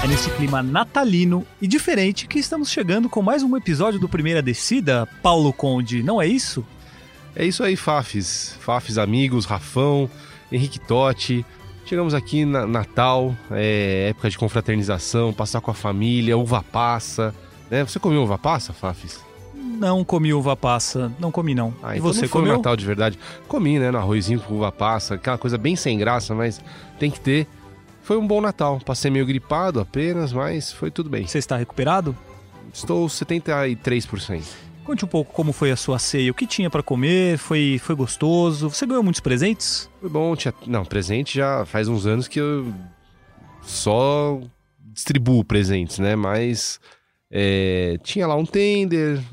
É nesse clima natalino e diferente que estamos chegando com mais um episódio do Primeira Descida, Paulo Conde, não é isso? É isso aí, Fafs. Fafs, amigos, Rafão, Henrique Totti. Chegamos aqui na Natal, época de confraternização, passar com a família, uva passa. Né? Você comeu uva passa, Fafs? Não comi uva passa, não comi não. Ah, e então você não foi comeu? um Natal de verdade. Comi, né, no arrozinho com uva passa, aquela coisa bem sem graça, mas tem que ter. Foi um bom Natal. Passei meio gripado apenas, mas foi tudo bem. Você está recuperado? Estou 73%. Conte um pouco como foi a sua ceia, o que tinha pra comer, foi gostoso, você ganhou muitos presentes? Foi bom, não, presente já faz uns anos que eu só distribuo presentes, né, mas tinha lá um tender,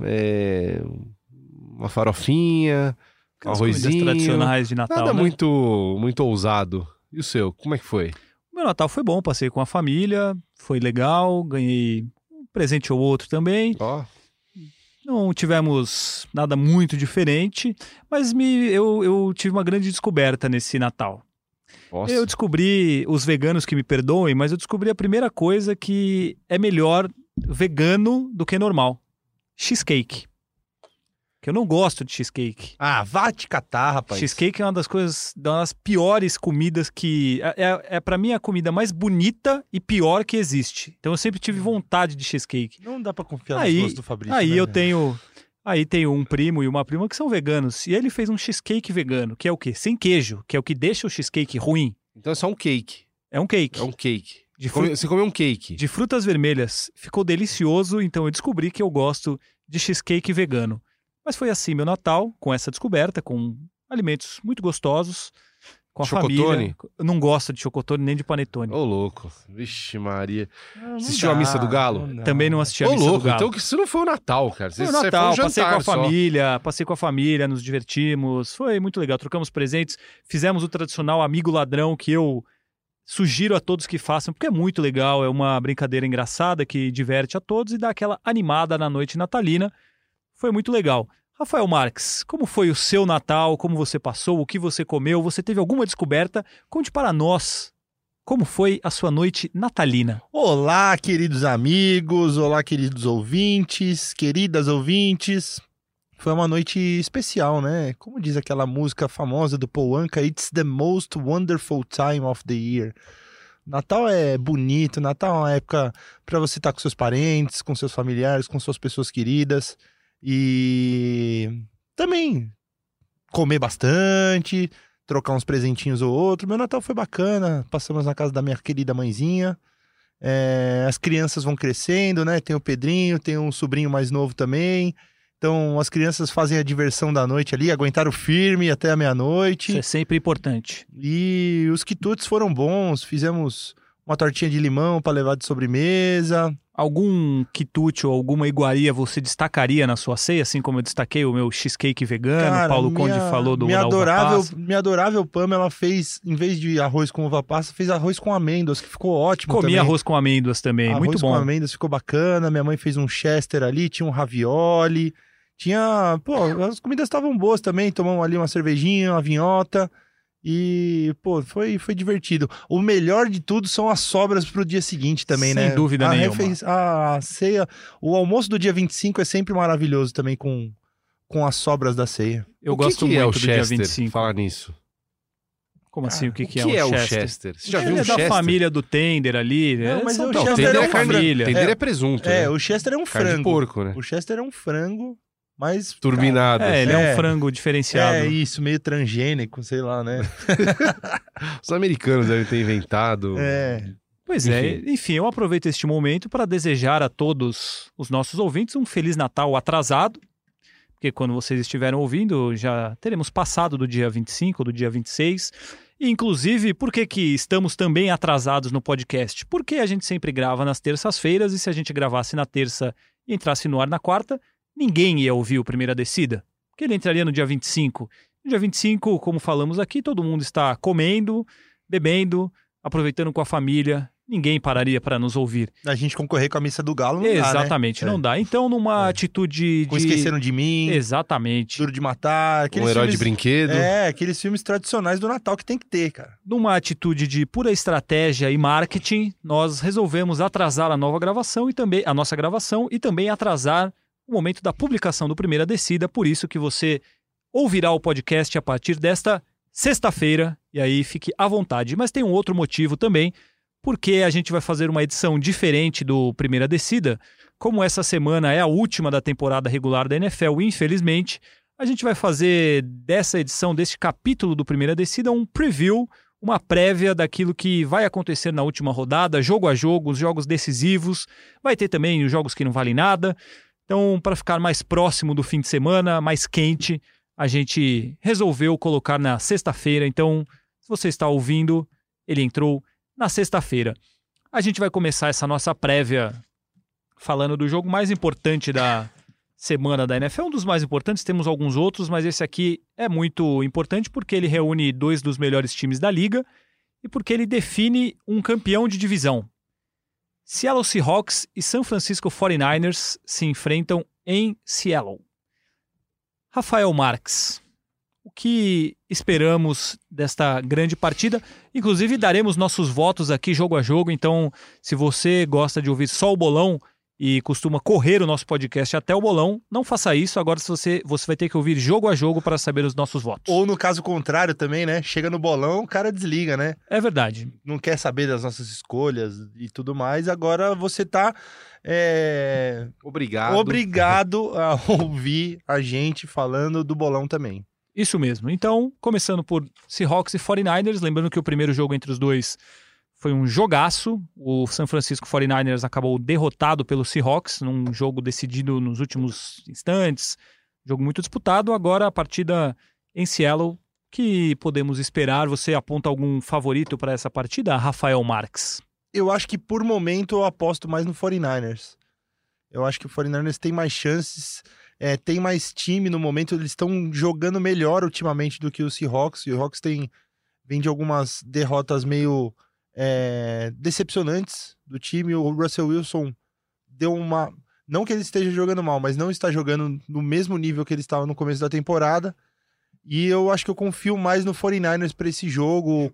uma farofinha, um Aquelas comidas arrozinho, tradicionais de Natal, nada né? muito ousado. E o seu, como é que foi? O meu Natal foi bom, passei com a família, foi legal, ganhei um presente ou outro também. Ó, Não tivemos nada muito diferente, mas eu tive uma grande descoberta nesse Natal. nossa, Eu descobri, os veganos que me perdoem, mas eu descobri a primeira coisa que é melhor vegano do que normal. Cheesecake. Que eu não gosto de cheesecake. Ah, vá te catar, rapaz. Cheesecake é uma das piores comidas que... pra mim, a comida mais bonita e pior que existe. Então eu sempre tive vontade de cheesecake. Não dá pra confiar nos Aí, gostos do Fabrício, aí né, eu velho? tenho um primo e uma prima que são veganos. E ele fez um cheesecake vegano, que é o quê? Sem queijo, que é o que deixa o cheesecake ruim. então é só um cake. É um cake. É um cake. De Você comeu um cake. de frutas vermelhas. Ficou delicioso, então eu descobri que eu gosto de cheesecake vegano. Mas foi assim meu Natal, com essa descoberta, com alimentos muito gostosos, com a Chocotone? família. Eu não gosto de chocotone nem de panetone. Ô, louco. Vixe, Maria. Não Assistiu a missa do Galo? Também não assisti a Ô, missa do louco. Galo. Então que isso não foi o Natal, cara. Foi o Isso aí Natal, foi um passei com a jantar só. família, nos divertimos, foi muito legal, trocamos presentes, fizemos o tradicional amigo ladrão que eu sugiro a todos que façam, porque é muito legal, é uma brincadeira engraçada que diverte a todos e dá aquela animada na noite natalina, foi muito legal. Rafael Marques, como foi o seu Natal, como você passou, o que você comeu, você teve alguma descoberta? Conte para nós como foi a sua noite natalina. Olá, queridos amigos, olá, queridos ouvintes, queridas ouvintes. Foi uma noite especial, né? Como diz aquela música famosa do Paul Anka, It's the most wonderful time of the year. Natal é bonito, Natal é uma época para você estar com seus parentes, com seus familiares, com suas pessoas queridas. E também comer bastante, trocar uns presentinhos ou outro. Meu Natal foi bacana, passamos na casa da minha querida mãezinha. As crianças vão crescendo, né? Tem o Pedrinho, tem um sobrinho mais novo também. Então as crianças fazem a diversão da noite ali, aguentaram firme até a meia-noite. Isso é sempre importante. E os quitutes foram bons, fizemos uma tortinha de limão para levar de sobremesa. Algum quitute ou alguma iguaria você destacaria na sua ceia, assim como eu destaquei o meu cheesecake vegano, Cara, Paulo Conde falou do da uva passa. Minha adorável Pamela fez, em vez de arroz com uva passa, fez arroz com amêndoas, que ficou ótimo Comi também. arroz com amêndoas também, Arroz muito bom. com amêndoas ficou bacana, minha mãe fez um chester ali, tinha um ravioli, as comidas estavam boas também, tomamos ali uma cervejinha, uma vinhota. E, foi divertido. O melhor de tudo são as sobras pro dia seguinte também, né? Sem dúvida nenhuma. A ceia, o almoço do dia 25 é sempre maravilhoso também com as sobras da ceia. Eu gosto muito é o do dia Chester? 25. Falar nisso. Como assim, o que O é que é o o Chester? Chester? Você já Ele viu um é da Chester? família do Tender ali. Não, mas são o todos Chester da é um família. Tender é presunto, né? O Chester é um Carne de frango. porco, né? O Chester é um frango, mas... Turbinado. Ele é um É. frango diferenciado. É isso, meio transgênico, sei lá, né? Os americanos devem ter inventado. Pois enfim, eu aproveito este momento para desejar a todos os nossos ouvintes um Feliz Natal atrasado, porque quando vocês estiveram ouvindo, já teremos passado do dia 25, do dia 26. E, inclusive, por que estamos também atrasados no podcast? Porque a gente sempre grava nas terças-feiras e se a gente gravasse na terça e entrasse no ar na quarta, ninguém ia ouvir o Primeira Descida, porque ele entraria no dia 25. No dia 25, como falamos aqui, todo mundo está comendo, bebendo, aproveitando com a família ninguém pararia para nos ouvir. A gente concorrer com a missa do Galo não Exatamente, dá, né? não dá. Então, numa atitude de... Esqueceram de Mim. Exatamente. Duro de Matar. Um herói de brinquedo. Aqueles filmes tradicionais do Natal que tem que ter, cara. Numa atitude de pura estratégia e marketing, nós resolvemos atrasar a nossa gravação e também atrasar o momento da publicação do Primeira Descida. Por isso que você ouvirá o podcast a partir desta sexta-feira. E aí fique à vontade. Mas tem um outro motivo também, porque a gente vai fazer uma edição diferente do Primeira Descida. Como essa semana é a última da temporada regular da NFL, infelizmente, a gente vai fazer dessa edição, deste capítulo do Primeira Descida, um preview, uma prévia daquilo que vai acontecer na última rodada, jogo a jogo, os jogos decisivos. Vai ter também os jogos que não valem nada. Então, para ficar mais próximo do fim de semana, mais quente, a gente resolveu colocar na sexta-feira. Então, se você está ouvindo, ele entrou na sexta-feira. A gente vai começar essa nossa prévia falando do jogo mais importante da semana da NFL. Um dos mais importantes, temos alguns outros, mas esse aqui é muito importante porque ele reúne dois dos melhores times da liga e porque ele define um campeão de divisão. Seattle Seahawks e San Francisco 49ers se enfrentam em Seattle. Rafael Marques, o que esperamos desta grande partida? Inclusive, daremos nossos votos aqui jogo a jogo, então se você gosta de ouvir só o bolão e costuma correr o nosso podcast até o bolão, não faça isso. Agora você vai ter que ouvir jogo a jogo para saber os nossos votos. Ou no caso contrário também, né? Chega no bolão, o cara desliga, né? É verdade. Não quer saber das nossas escolhas e tudo mais. Agora você tá obrigado a ouvir a gente falando do bolão também. Isso mesmo. Então, começando por Seahawks e 49ers, lembrando que o primeiro jogo entre os dois foi um jogaço. O San Francisco 49ers acabou derrotado pelo Seahawks num jogo decidido nos últimos instantes. Jogo muito disputado. Agora a partida em Seattle. Que podemos esperar? Você aponta algum favorito para essa partida, Rafael Marques? Eu acho que por momento eu aposto mais no 49ers. Eu acho que o 49ers tem mais chances, tem mais time no momento. Eles estão jogando melhor ultimamente do que o Seahawks. O Seahawks vem de algumas derrotas meio... decepcionantes do time. O Russell Wilson deu uma... Não que ele esteja jogando mal, mas não está jogando no mesmo nível que ele estava no começo da temporada. E eu acho que eu confio mais no 49ers para esse jogo.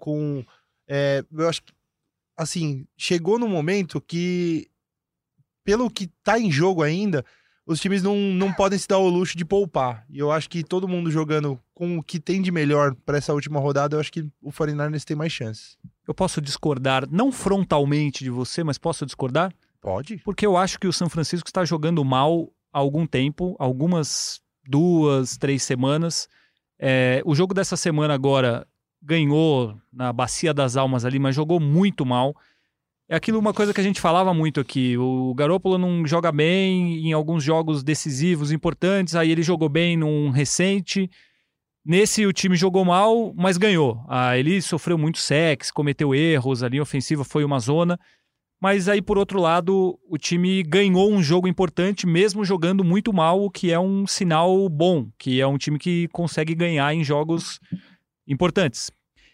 Eu acho que, assim, chegou no momento que, pelo que tá em jogo ainda, os times não podem se dar o luxo de poupar. E eu acho que todo mundo jogando com o que tem de melhor para essa última rodada, eu acho que o 49ers tem mais chances. Eu posso discordar, não frontalmente de você, mas posso discordar? Pode. Porque eu acho que o San Francisco está jogando mal há algum tempo, algumas 2, 3 semanas. O jogo dessa semana agora ganhou na Bacia das Almas ali, mas jogou muito mal. É aquilo, uma coisa que a gente falava muito aqui. O Garoppolo não joga bem em alguns jogos decisivos, importantes. Aí ele jogou bem num recente. Nesse o time jogou mal, mas ganhou. Ele sofreu muito sacks, cometeu erros, a linha ofensiva foi uma zona. Mas aí, por outro lado, o time ganhou um jogo importante, mesmo jogando muito mal, o que é um sinal bom, que é um time que consegue ganhar em jogos importantes.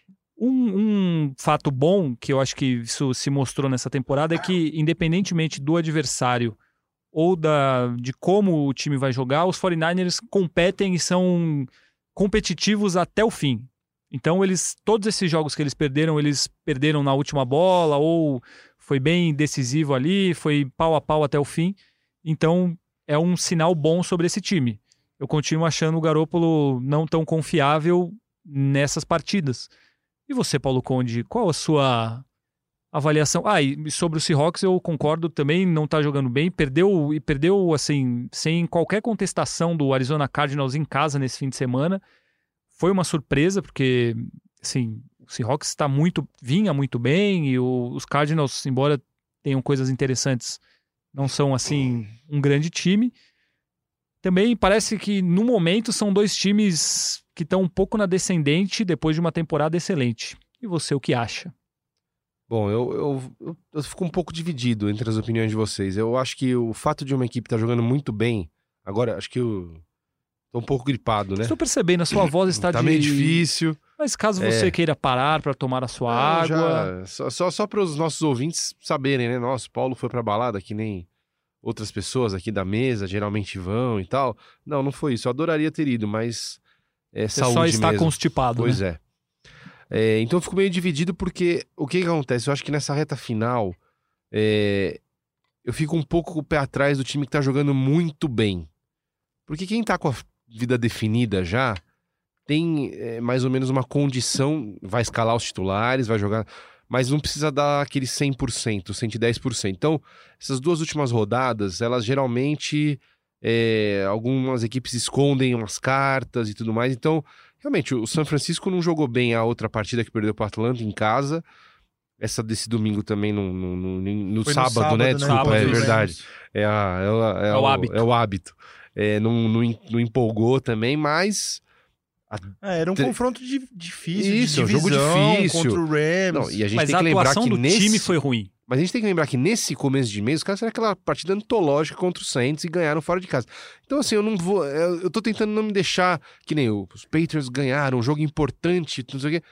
Um fato bom, que eu acho que isso se mostrou nessa temporada, é que, independentemente do adversário ou de como o time vai jogar, os 49ers competem e são competitivos até o fim. Então, todos esses jogos que eles perderam na última bola, ou foi bem decisivo ali, foi pau a pau até o fim. Então, é um sinal bom sobre esse time. Eu continuo achando o Garoppolo não tão confiável nessas partidas. E você, Paulo Conde, qual a sua avaliação? E sobre o Seahawks eu concordo também, não tá jogando bem, perdeu assim, sem qualquer contestação do Arizona Cardinals em casa nesse fim de semana. Foi uma surpresa, porque assim, o Seahawks vinha muito bem, e os Cardinals, embora tenham coisas interessantes, não são assim um grande time. Também parece que no momento são dois times que estão um pouco na descendente depois de uma temporada excelente. E você, o que acha? Bom, eu fico um pouco dividido entre as opiniões de vocês. Eu acho que o fato de uma equipe estar jogando muito bem... Agora, acho que eu tô um pouco gripado, né? Estou percebendo, a sua voz está meio difícil. Mas caso você queira parar para tomar a sua água... Só para os nossos ouvintes saberem, né? Nossa, o Paulo foi pra balada que nem outras pessoas aqui da mesa geralmente vão e tal. Não foi isso. Eu adoraria ter ido, mas é você saúde só está mesmo. constipado, Pois né? Então eu fico meio dividido porque o que acontece? Eu acho que nessa reta final eu fico um pouco com o pé atrás do time que tá jogando muito bem. Porque quem tá com a vida definida já tem mais ou menos uma condição, vai escalar os titulares, vai jogar, mas não precisa dar aquele 100%, 110%. Então, essas 2 últimas rodadas, elas geralmente, algumas equipes escondem umas cartas e tudo mais. Então, realmente, o San Francisco não jogou bem a outra partida que perdeu para Atlanta em casa. Essa desse domingo também no sábado, né? Desculpa, sábado, é verdade. É o hábito. É o hábito. Não empolgou também, mas... Era um confronto difícil, Isso, de divisão, um jogo difícil contra o Rams. E a gente Mas tem a que lembrar atuação que do time foi ruim. Mas a gente tem que lembrar que nesse começo de mês, os caras fizeram aquela partida antológica contra o Saints e ganharam fora de casa. Então, assim, eu não vou... Eu tô tentando não me deixar... Que nem os Patriots ganharam, um jogo importante, não sei o quê.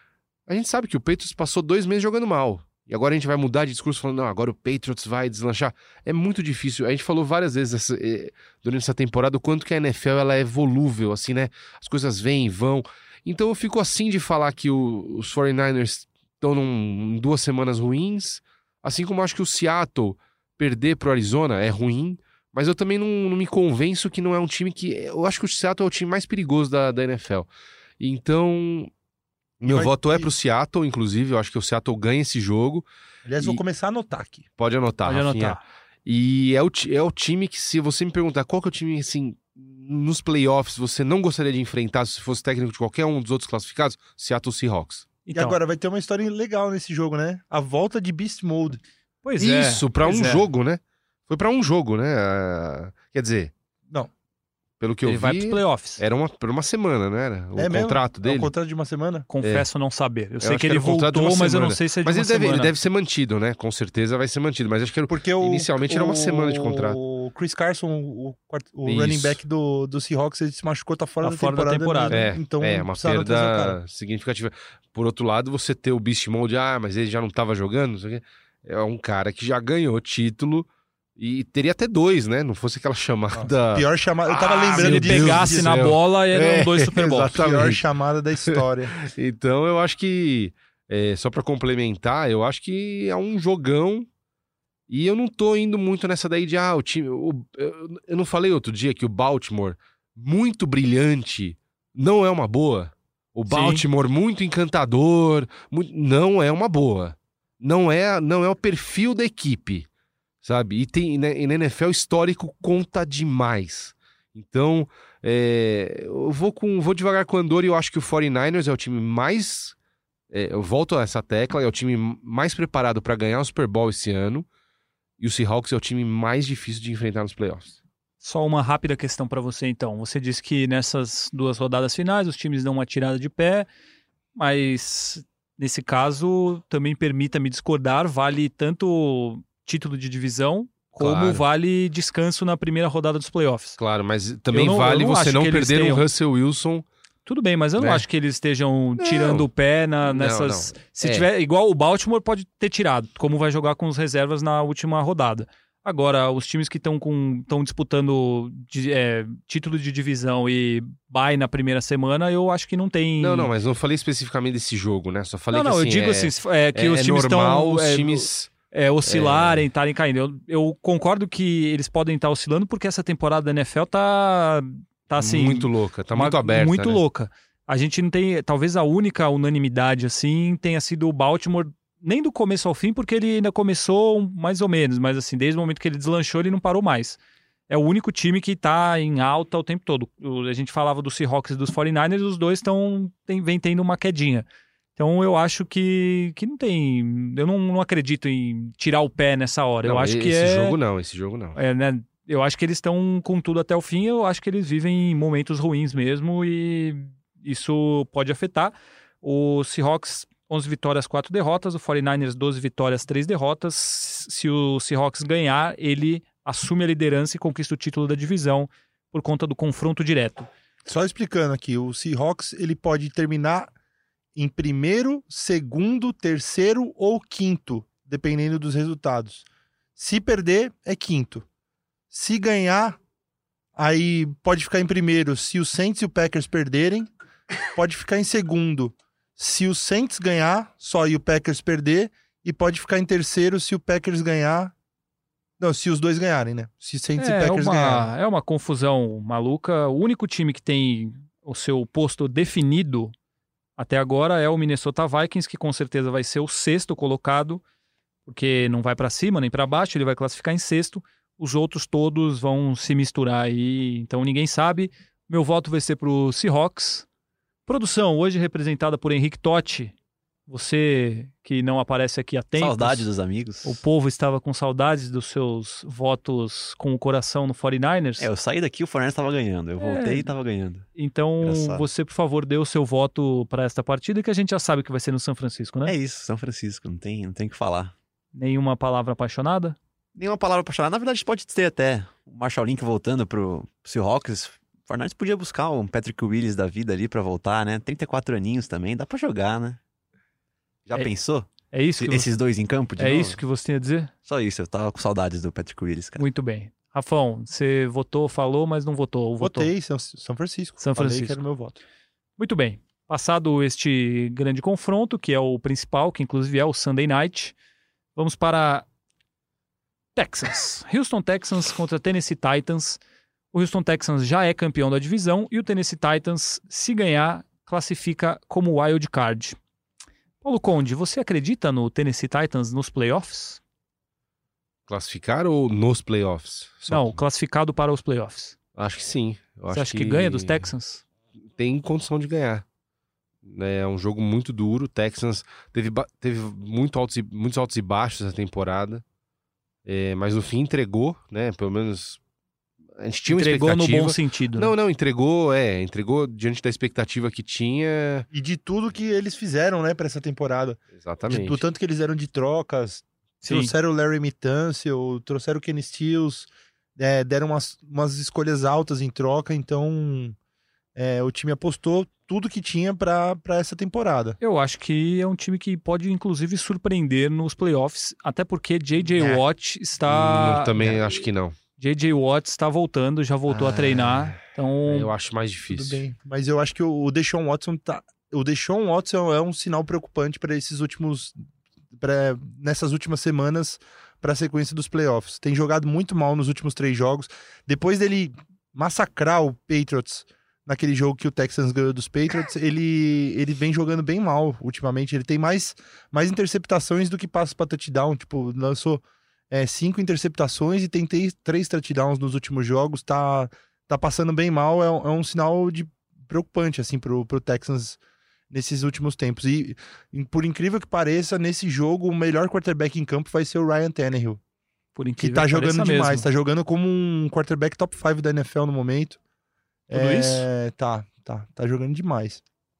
A gente sabe que o Patriots passou 2 meses jogando mal. E agora a gente vai mudar de discurso falando, não, agora o Patriots vai deslanchar. É muito difícil. A gente falou várias vezes durante essa temporada o quanto que a NFL ela é volúvel, assim, né? As coisas vêm e vão. Então eu fico assim de falar que os 49ers estão em 2 semanas ruins, assim como eu acho que o Seattle perder pro Arizona é ruim, mas eu também não me convenço que não é um time que... Eu acho que o Seattle é o time mais perigoso da NFL. Então... Meu voto é pro Seattle, inclusive. Eu acho que o Seattle ganha esse jogo. Aliás, vou começar a anotar aqui. Pode anotar, Rafinha. E é o time que, se você me perguntar qual que é o time, assim, nos playoffs, você não gostaria de enfrentar se fosse técnico de qualquer um dos outros classificados, Seattle Seahawks. Então, e agora vai ter uma história legal nesse jogo, né? A volta de Beast Mode. Pois isso, pra um jogo, né? Foi pra um jogo, né? Quer dizer... Não. Pelo que ele eu vi, vai pros playoffs. Era por uma semana, não era? O contrato dele. É um contrato de uma semana? Confesso não saber. Eu sei que ele voltou, mas eu não sei se é de uma semana. Ele deve ser mantido, né? Com certeza vai ser mantido. Mas acho que inicialmente era uma semana de contrato. O Chris Carson, o running back do Seahawks, ele se machucou, tá fora da temporada. Então, uma perda significativa. Por outro lado, você ter o Beast Mode, mas ele já não tava jogando, não sei o quê. É um cara que já ganhou título. E teria até 2, né? Não fosse aquela chamada... Pior chamada... Eu tava lembrando se ele pegasse na bola, eram 2 Super Bowls. Pior chamada da história. Então, eu acho que... só pra complementar, eu acho que é um jogão. E eu não tô indo muito nessa daí de... o time... eu não falei outro dia que o Baltimore, muito brilhante, não é uma boa? O Baltimore, muito encantador, não é uma boa. Não é o perfil da equipe. Sabe? E na NFL histórico conta demais. Então, eu vou devagar com o Andor e eu acho que o 49ers é o time mais... eu volto a essa tecla, é o time mais preparado para ganhar o Super Bowl esse ano. E o Seahawks é o time mais difícil de enfrentar nos playoffs. Só uma rápida questão para você, então. Você disse que nessas 2 rodadas finais os times dão uma tirada de pé, mas nesse caso também permita-me discordar, vale tanto... título de divisão, como vale descanso na primeira rodada dos playoffs. Claro, mas também vale você não perder um Russell Wilson. Tudo bem, mas eu não acho que eles estejam tirando o pé nessas... Não. Se tiver... Igual o Baltimore pode ter tirado, como vai jogar com os reservas na última rodada. Agora, os times que estão disputando título de divisão e bye na primeira semana, eu acho que não tem... Não, mas não falei especificamente desse jogo, né? Só falei que assim... eu digo assim, que os times estão... Os times... oscilarem, estarem caindo. Eu concordo que eles podem estar oscilando porque essa temporada da NFL tá assim... Muito louca, tá muito aberta, muito né? louca. A gente não tem... Talvez a única unanimidade, assim, tenha sido o Baltimore, nem do começo ao fim, porque ele ainda começou mais ou menos, mas assim, desde o momento que ele deslanchou, ele não parou mais. É o único time que tá em alta o tempo todo. A gente falava dos Seahawks e dos 49ers, os dois vem tendo uma quedinha. Então eu acho que não tem... Eu não acredito em tirar o pé nessa hora. Não, eu acho que esse jogo não. Né? Eu acho que eles estão com tudo até o fim. Eu acho que eles vivem em momentos ruins mesmo e isso pode afetar. O Seahawks, 11 vitórias, 4 derrotas. O 49ers, 12 vitórias, 3 derrotas. Se o Seahawks ganhar, ele assume a liderança e conquista o título da divisão por conta do confronto direto. Só explicando aqui, o Seahawks ele pode terminar em primeiro, segundo, terceiro ou quinto, dependendo dos resultados. Se perder, é quinto. Se ganhar, aí pode ficar em primeiro se o Saints e o Packers perderem. Pode ficar em segundo se o Saints ganhar, só e o Packers perder. E pode ficar em terceiro se o Packers ganhar. Não, se os dois ganharem, né? Se Saints e Packers ganharem. É uma confusão maluca. O único time que tem o seu posto definido até agora é o Minnesota Vikings, que com certeza vai ser o sexto colocado, porque não vai para cima nem para baixo, ele vai classificar em sexto. Os outros todos vão se misturar aí, então ninguém sabe. Meu voto vai ser pro Seahawks. Produção, hoje representada por Henrique Totti. Você que não aparece aqui há tempos. Saudade dos amigos. O povo estava com saudades dos seus votos com o coração no 49ers. Eu saí daqui, o 49ers estava ganhando. Eu voltei e estava ganhando. Então, você, por favor, dê o seu voto para esta partida, que a gente já sabe que vai ser no São Francisco, né? É isso, São Francisco. Não tem o que falar. Nenhuma palavra apaixonada? Nenhuma palavra apaixonada. Na verdade, pode ter até o Marshall Lynch voltando pro Seahawks. O 49ers podia buscar um Patrick Willis da vida ali para voltar, né? 34 aninhos também, dá para jogar, né? Já pensou? É isso que Esses dois em campo de novo? isso que você tem a dizer? Só isso, eu tava com saudades do Patrick Willis, cara. Muito bem. Rafão, você votou, falou, mas não votou. Votei, São Francisco. São Francisco. Falei que era o meu voto. Muito bem. Passado este grande confronto, que é o principal, que inclusive é o Sunday Night, vamos para Texans. Houston Texans contra Tennessee Titans. O Houston Texans já é campeão da divisão e o Tennessee Titans, se ganhar, classifica como wild card. Paulo Conde, você acredita no Tennessee Titans nos playoffs? Classificar ou nos playoffs? Não, classificado para os playoffs. Acho que sim. Você acha que ganha dos Texans? Tem condição de ganhar. É um jogo muito duro. O Texans teve muitos altos e baixos essa temporada. Mas no fim entregou, né? Pelo menos a gente tinha uma expectativa. Entregou no bom sentido. Né? Não, entregou diante da expectativa que tinha. E de tudo que eles fizeram, né, pra essa temporada. Exatamente. Do tanto que eles eram de trocas. Sim. Trouxeram o Larry Mitancio, trouxeram o Kenny Stills, deram umas escolhas altas em troca, então o time apostou tudo que tinha pra essa temporada. Eu acho que é um time que pode, inclusive, surpreender nos playoffs, até porque J.J. Watt está... Também acho que não. J.J. Watt está voltando, já voltou a treinar, então... Eu acho mais difícil. Tudo bem, mas eu acho que o Deshaun Watson é um sinal preocupante para esses últimos... nessas últimas semanas para a sequência dos playoffs. Tem jogado muito mal nos últimos 3 jogos. Depois dele massacrar o Patriots naquele jogo que o Texans ganhou dos Patriots, ele vem jogando bem mal ultimamente. Ele tem mais interceptações do que passos para touchdown. Tipo, lançou 5 interceptações e tem 3 touchdowns nos últimos jogos. Tá passando bem mal. É um sinal preocupante assim, pro Texans nesses últimos tempos. E, por incrível que pareça, nesse jogo, o melhor quarterback em campo vai ser o Ryan Tannehill. Por incrível que tá jogando demais. Mesmo. Tá jogando como um quarterback top 5 da NFL no momento. Tudo isso? Tá jogando demais.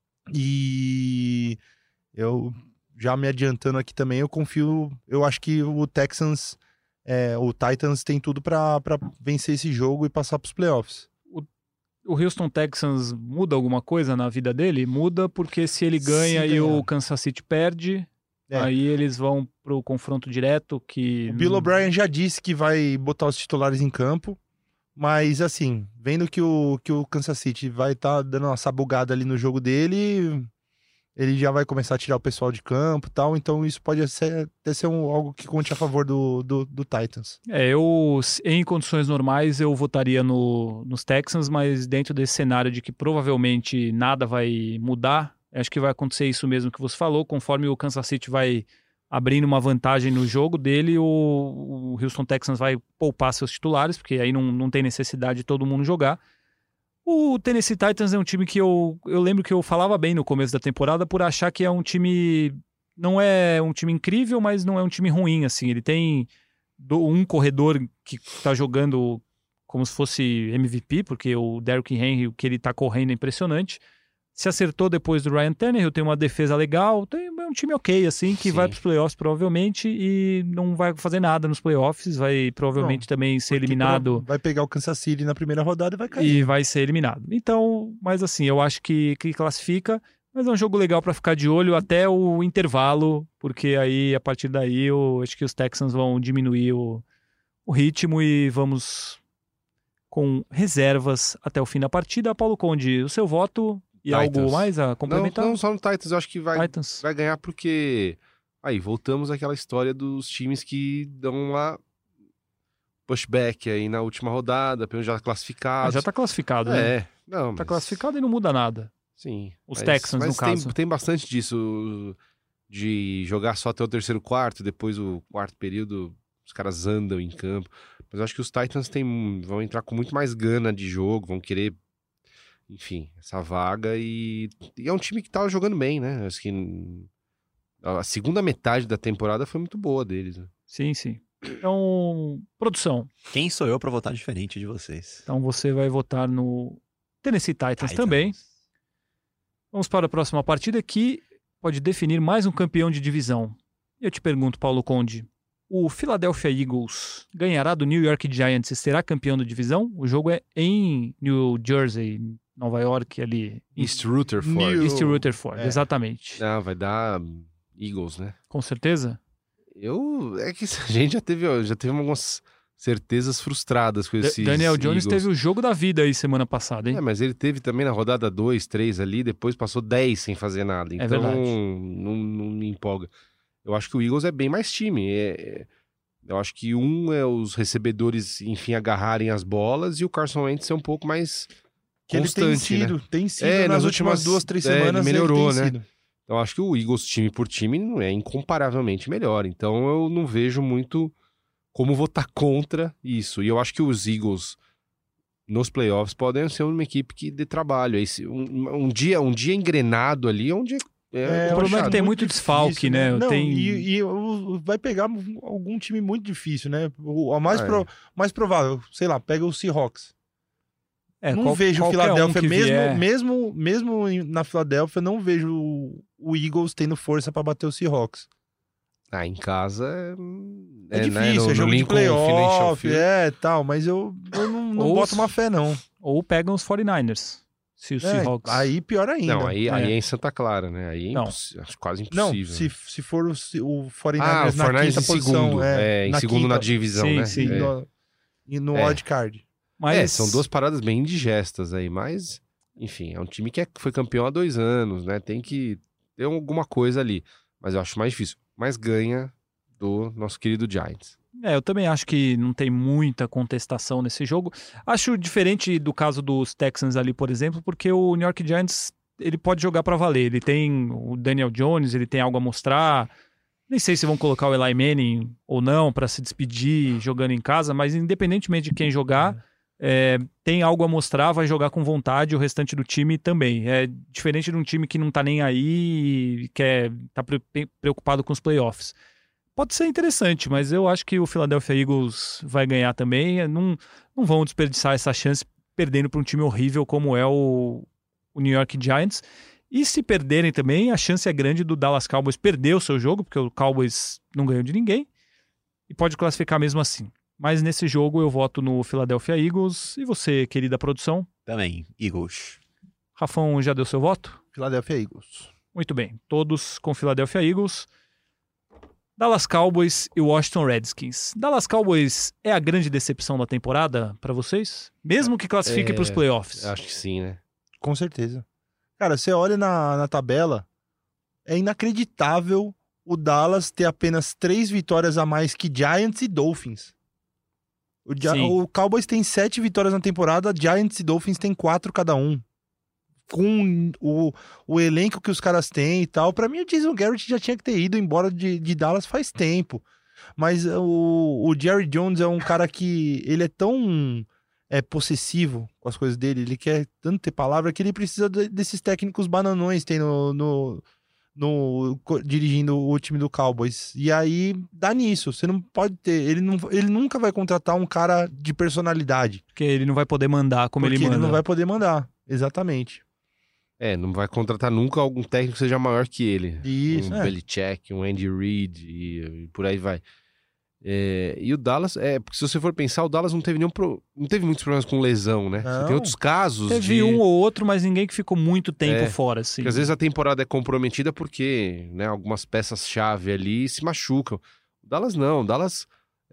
E eu, já me adiantando aqui também, eu acho que o Texans, o Titans tem tudo pra vencer esse jogo e passar pros playoffs. O Houston Texans muda alguma coisa na vida dele? Muda porque se ele ganha e o Kansas City perde, aí eles vão pro confronto direto que... O Bill O'Brien já disse que vai botar os titulares em campo, mas assim, vendo que o Kansas City vai estar dando uma sabugada ali no jogo dele, ele já vai começar a tirar o pessoal de campo e tal, então isso pode até ser algo que conte a favor do Titans. Eu, em condições normais, eu votaria nos Texans, mas dentro desse cenário de que provavelmente nada vai mudar, acho que vai acontecer isso mesmo que você falou, conforme o Kansas City vai abrindo uma vantagem no jogo dele, o Houston Texans vai poupar seus titulares, porque aí não tem necessidade de todo mundo jogar. O Tennessee Titans é um time que eu lembro que eu falava bem no começo da temporada por achar que é um time... Não é um time incrível, mas não é um time ruim, assim. Ele tem um corredor que tá jogando como se fosse MVP, porque o Derrick Henry, o que ele tá correndo é impressionante. Se acertou depois do Ryan Tannehill, tem uma defesa legal, é um time ok, assim, que vai pros playoffs provavelmente e não vai fazer nada nos playoffs, vai provavelmente também ser eliminado. Vai pegar o Kansas City na primeira rodada e vai cair. E vai ser eliminado. Então, mas assim, eu acho que classifica. Mas é um jogo legal para ficar de olho até o intervalo, porque aí, a partir daí, eu acho que os Texans vão diminuir o ritmo e vamos com reservas até o fim da partida. Paulo Conde, o seu voto e Titans. algo mais a complementar? Não, só no Titans, eu acho que vai Titans. ganhar porque... Aí, voltamos àquela história dos times que dão uma pushback aí na última rodada, pelo já classificados. Já tá classificado, né? Não, Tá mas... classificado e não muda nada. Sim. Os Texans, no caso. Tem bastante disso, de jogar só até o terceiro quarto, depois o quarto período os caras andam em campo. Mas eu acho que os Titans vão entrar com muito mais gana de jogo, vão querer, enfim, essa vaga. E é um time que tava jogando bem, né? Acho que a segunda metade da temporada foi muito boa deles. Né? Sim. Então, produção. Quem sou eu pra votar diferente de vocês? Então você vai votar no Tennessee Titans também. Vamos para a próxima partida que pode definir mais um campeão de divisão. Eu te pergunto, Paulo Conde, o Philadelphia Eagles ganhará do New York Giants e será campeão da divisão? O jogo é em New Jersey, Nova York, ali. East Rutherford. East Rutherford, exatamente. Vai dar Eagles, né? Com certeza? É que a gente já teve algumas certezas frustradas com esses Daniel Jones Eagles. teve o jogo da vida aí semana passada, hein? Mas ele teve também na rodada 2, 3 ali, depois passou 10 sem fazer nada. Então verdade. Não me empolga. Eu acho que o Eagles é bem mais time. Eu acho que é os recebedores, enfim, agarrarem as bolas e o Carson Wentz ser um pouco mais Que constante, ele tem sido né? nas últimas 2-3 semanas ele melhorou, ele tem né? sido. Eu acho que o Eagles, time por time, não é incomparavelmente melhor. Então eu não vejo muito como votar contra isso. E eu acho que os Eagles, nos playoffs, podem ser uma equipe que dê trabalho. Um dia engrenado ali é um dia... o problema é que tem muito desfalque, difícil, né? Não, Tem... e vai pegar algum time muito difícil, né? O mais provável, sei lá, pega o Seahawks. Não vejo o Philadelphia, mesmo na Filadélfia, não vejo o Eagles tendo força para bater o Seahawks. Em casa é difícil, né? é jogo de playoff, tal, mas eu não boto uma fé, não. Ou pegam os 49ers, se o Seahawks... Aí pior ainda. Não, aí é em Santa Clara, né? Aí acho quase impossível. Não, se for o 49ers na quinta posição. Segundo, em segundo na divisão, né? Sim. E no wildcard. Mas... são duas paradas bem indigestas aí, mas, enfim, é um time que foi campeão há 2 anos, né? Tem que ter alguma coisa ali. Mas eu acho mais difícil. Mas ganha do nosso querido Giants. Eu também acho que não tem muita contestação nesse jogo. Acho diferente do caso dos Texans ali, por exemplo, porque o New York Giants, ele pode jogar pra valer. Ele tem o Daniel Jones, ele tem algo a mostrar. Nem sei se vão colocar o Eli Manning ou não pra se despedir jogando em casa, mas independentemente de quem jogar, tem algo a mostrar, vai jogar com vontade, o restante do time também. É diferente de um time que não tá nem aí e tá preocupado com os playoffs. Pode ser interessante, mas eu acho que o Philadelphia Eagles vai ganhar também. Não vão desperdiçar essa chance perdendo para um time horrível como é o New York Giants. E se perderem também, a chance é grande do Dallas Cowboys perder o seu jogo, porque o Cowboys não ganhou de ninguém e pode classificar mesmo assim. Mas nesse jogo eu voto no Philadelphia Eagles. E você, querida produção? Também, Eagles. Rafão já deu seu voto? Philadelphia Eagles. Muito bem, todos com Philadelphia Eagles. Dallas Cowboys e Washington Redskins. Dallas Cowboys é a grande decepção da temporada para vocês? Mesmo que classifique para os playoffs? Acho que sim, né? Com certeza. Cara, você olha na tabela, é inacreditável o Dallas ter apenas 3 vitórias a mais que Giants e Dolphins. O Cowboys tem 7 vitórias na temporada, Giants e Dolphins tem 4 cada um. Com o elenco que os caras têm e tal, pra mim o Jason Garrett já tinha que ter ido embora de Dallas faz tempo. Mas o Jerry Jones é um cara que ele é tão possessivo com as coisas dele, ele quer tanto ter palavra que ele precisa desses técnicos bananões que tem dirigindo o time do Cowboys. E aí dá nisso, você não pode ter, ele nunca vai contratar um cara de personalidade. Porque ele não vai poder mandar como ele manda. Porque ele não vai poder mandar, exatamente. Não vai contratar nunca algum técnico que seja maior que ele. Isso, um Belichick, um Andy Reid e por aí vai. E o Dallas, porque se você for pensar, o Dallas não teve muitos problemas com lesão, né? Você tem outros casos Teve um ou outro, mas ninguém que ficou muito tempo fora, assim. Porque às vezes a temporada é comprometida porque, né, algumas peças-chave ali se machucam. O Dallas não, o Dallas...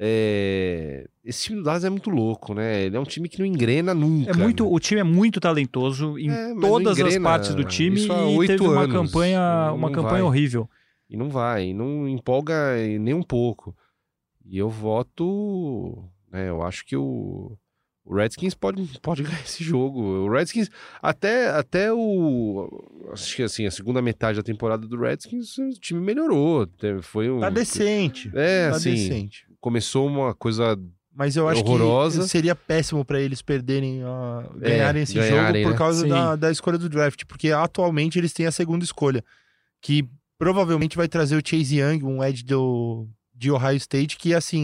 Esse time do Dallas é muito louco, né? Ele é um time que não engrena nunca. O time é muito talentoso em todas as partes do time e teve uma campanha horrível. E não vai, e não empolga nem um pouco. E eu voto, né? Eu acho que o Redskins pode ganhar esse jogo. O Redskins, até acho que assim, a segunda metade da temporada do Redskins, o time melhorou. Tá decente. Tá assim, decente. Começou uma coisa mas eu acho horrorosa. Que seria péssimo para eles ganharem esse jogo por causa da escolha do draft, porque atualmente eles têm a segunda escolha, que provavelmente vai trazer o Chase Young, um edge de Ohio State, que assim,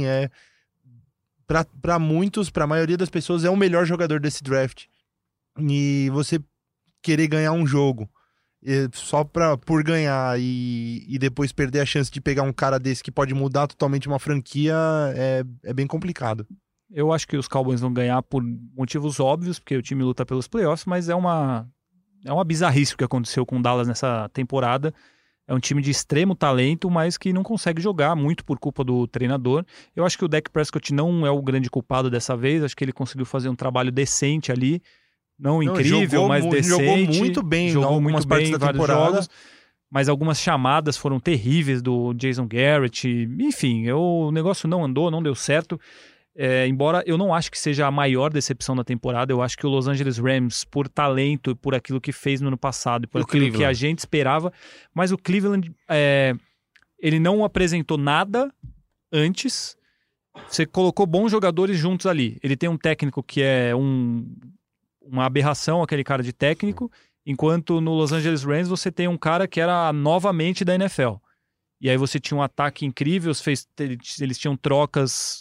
para muitos, para a maioria das pessoas, é o melhor jogador desse draft. E você querer ganhar um jogo só por ganhar e depois perder a chance de pegar um cara desse que pode mudar totalmente uma franquia é bem complicado. Eu acho que os Cowboys vão ganhar por motivos óbvios, porque o time luta pelos playoffs, mas é uma bizarrice o que aconteceu com o Dallas nessa temporada. É um time de extremo talento, mas que não consegue jogar muito por culpa do treinador. Eu acho que o Dak Prescott não é o grande culpado dessa vez. Acho que ele conseguiu fazer um trabalho decente ali. Não incrível, mas decente. Jogou muito bem em algumas partes da temporada. Jogos, mas algumas chamadas foram terríveis do Jason Garrett. Enfim, o negócio não andou, não deu certo. Embora eu não acho que seja a maior decepção da temporada, eu acho que o Los Angeles Rams, por talento e por aquilo que fez no ano passado, e por aquilo que a gente esperava, mas o Cleveland, ele não apresentou nada antes. Você colocou bons jogadores juntos ali. Ele tem um técnico que é uma aberração, aquele cara de técnico, enquanto no Los Angeles Rams você tem um cara que era novamente da NFL. E aí você tinha um ataque incrível, eles tinham trocas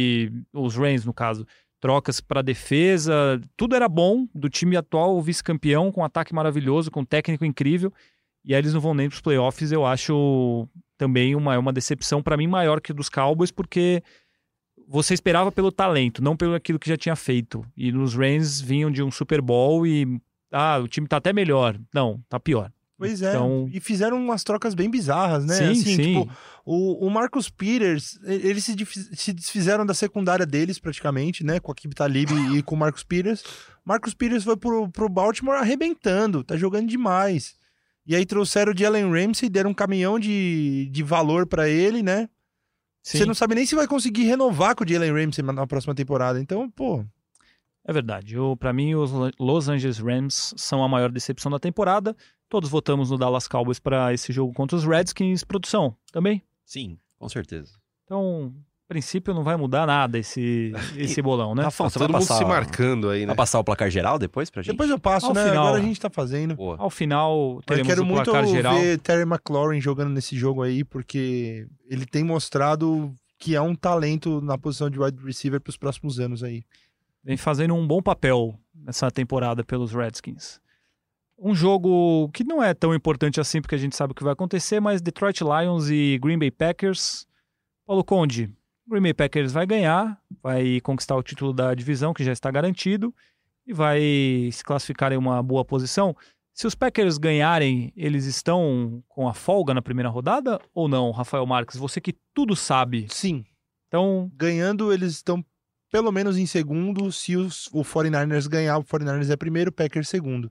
os Rams, no caso, trocas para defesa, tudo era bom do time atual, o vice-campeão, com um ataque maravilhoso, com um técnico incrível, e aí eles não vão nem para os playoffs. Eu acho também uma decepção para mim maior que dos Cowboys, porque você esperava pelo talento, não pelo aquilo que já tinha feito. E nos Rams vinham de um Super Bowl e o time tá até melhor. Não, tá pior. Pois então... e fizeram umas trocas bem bizarras, né? Sim, assim, sim. Tipo, o Marcus Peters, eles se desfizeram da secundária deles praticamente, né? Com a Aqib Talib e com o Marcus Peters. Marcus Peters foi pro Baltimore arrebentando, tá jogando demais. E aí trouxeram o Jalen Ramsey, deram um caminhão de valor pra ele, né? Sim. Você não sabe nem se vai conseguir renovar com o Jalen Ramsey na próxima temporada. Então, pô... É verdade. Pra mim, os Los Angeles Rams são a maior decepção da temporada. Todos votamos no Dallas Cowboys para esse jogo contra os Redskins. Produção, também? Sim, com certeza. Então, a princípio, não vai mudar nada esse bolão, né? Rafão, todo mundo se marcando aí, né? Vai passar o placar geral depois pra gente? Depois eu passo, ao né? final, Agora a gente tá fazendo. Boa. Ao final, teremos o placar geral. Eu quero muito ver Terry McLaurin jogando nesse jogo aí, porque ele tem mostrado que é um talento na posição de wide receiver para os próximos anos aí. Vem fazendo um bom papel nessa temporada pelos Redskins. Um jogo que não é tão importante assim, porque a gente sabe o que vai acontecer, mas Detroit Lions e Green Bay Packers. Paulo Conde, Green Bay Packers vai ganhar, vai conquistar o título da divisão, que já está garantido, e vai se classificar em uma boa posição. Se os Packers ganharem, eles estão com a folga na primeira rodada ou não, Rafael Marques? Você que tudo sabe. Sim. Então, ganhando, eles estão pelo menos em segundo. Se o 49ers ganhar, o 49ers é primeiro, o Packers segundo.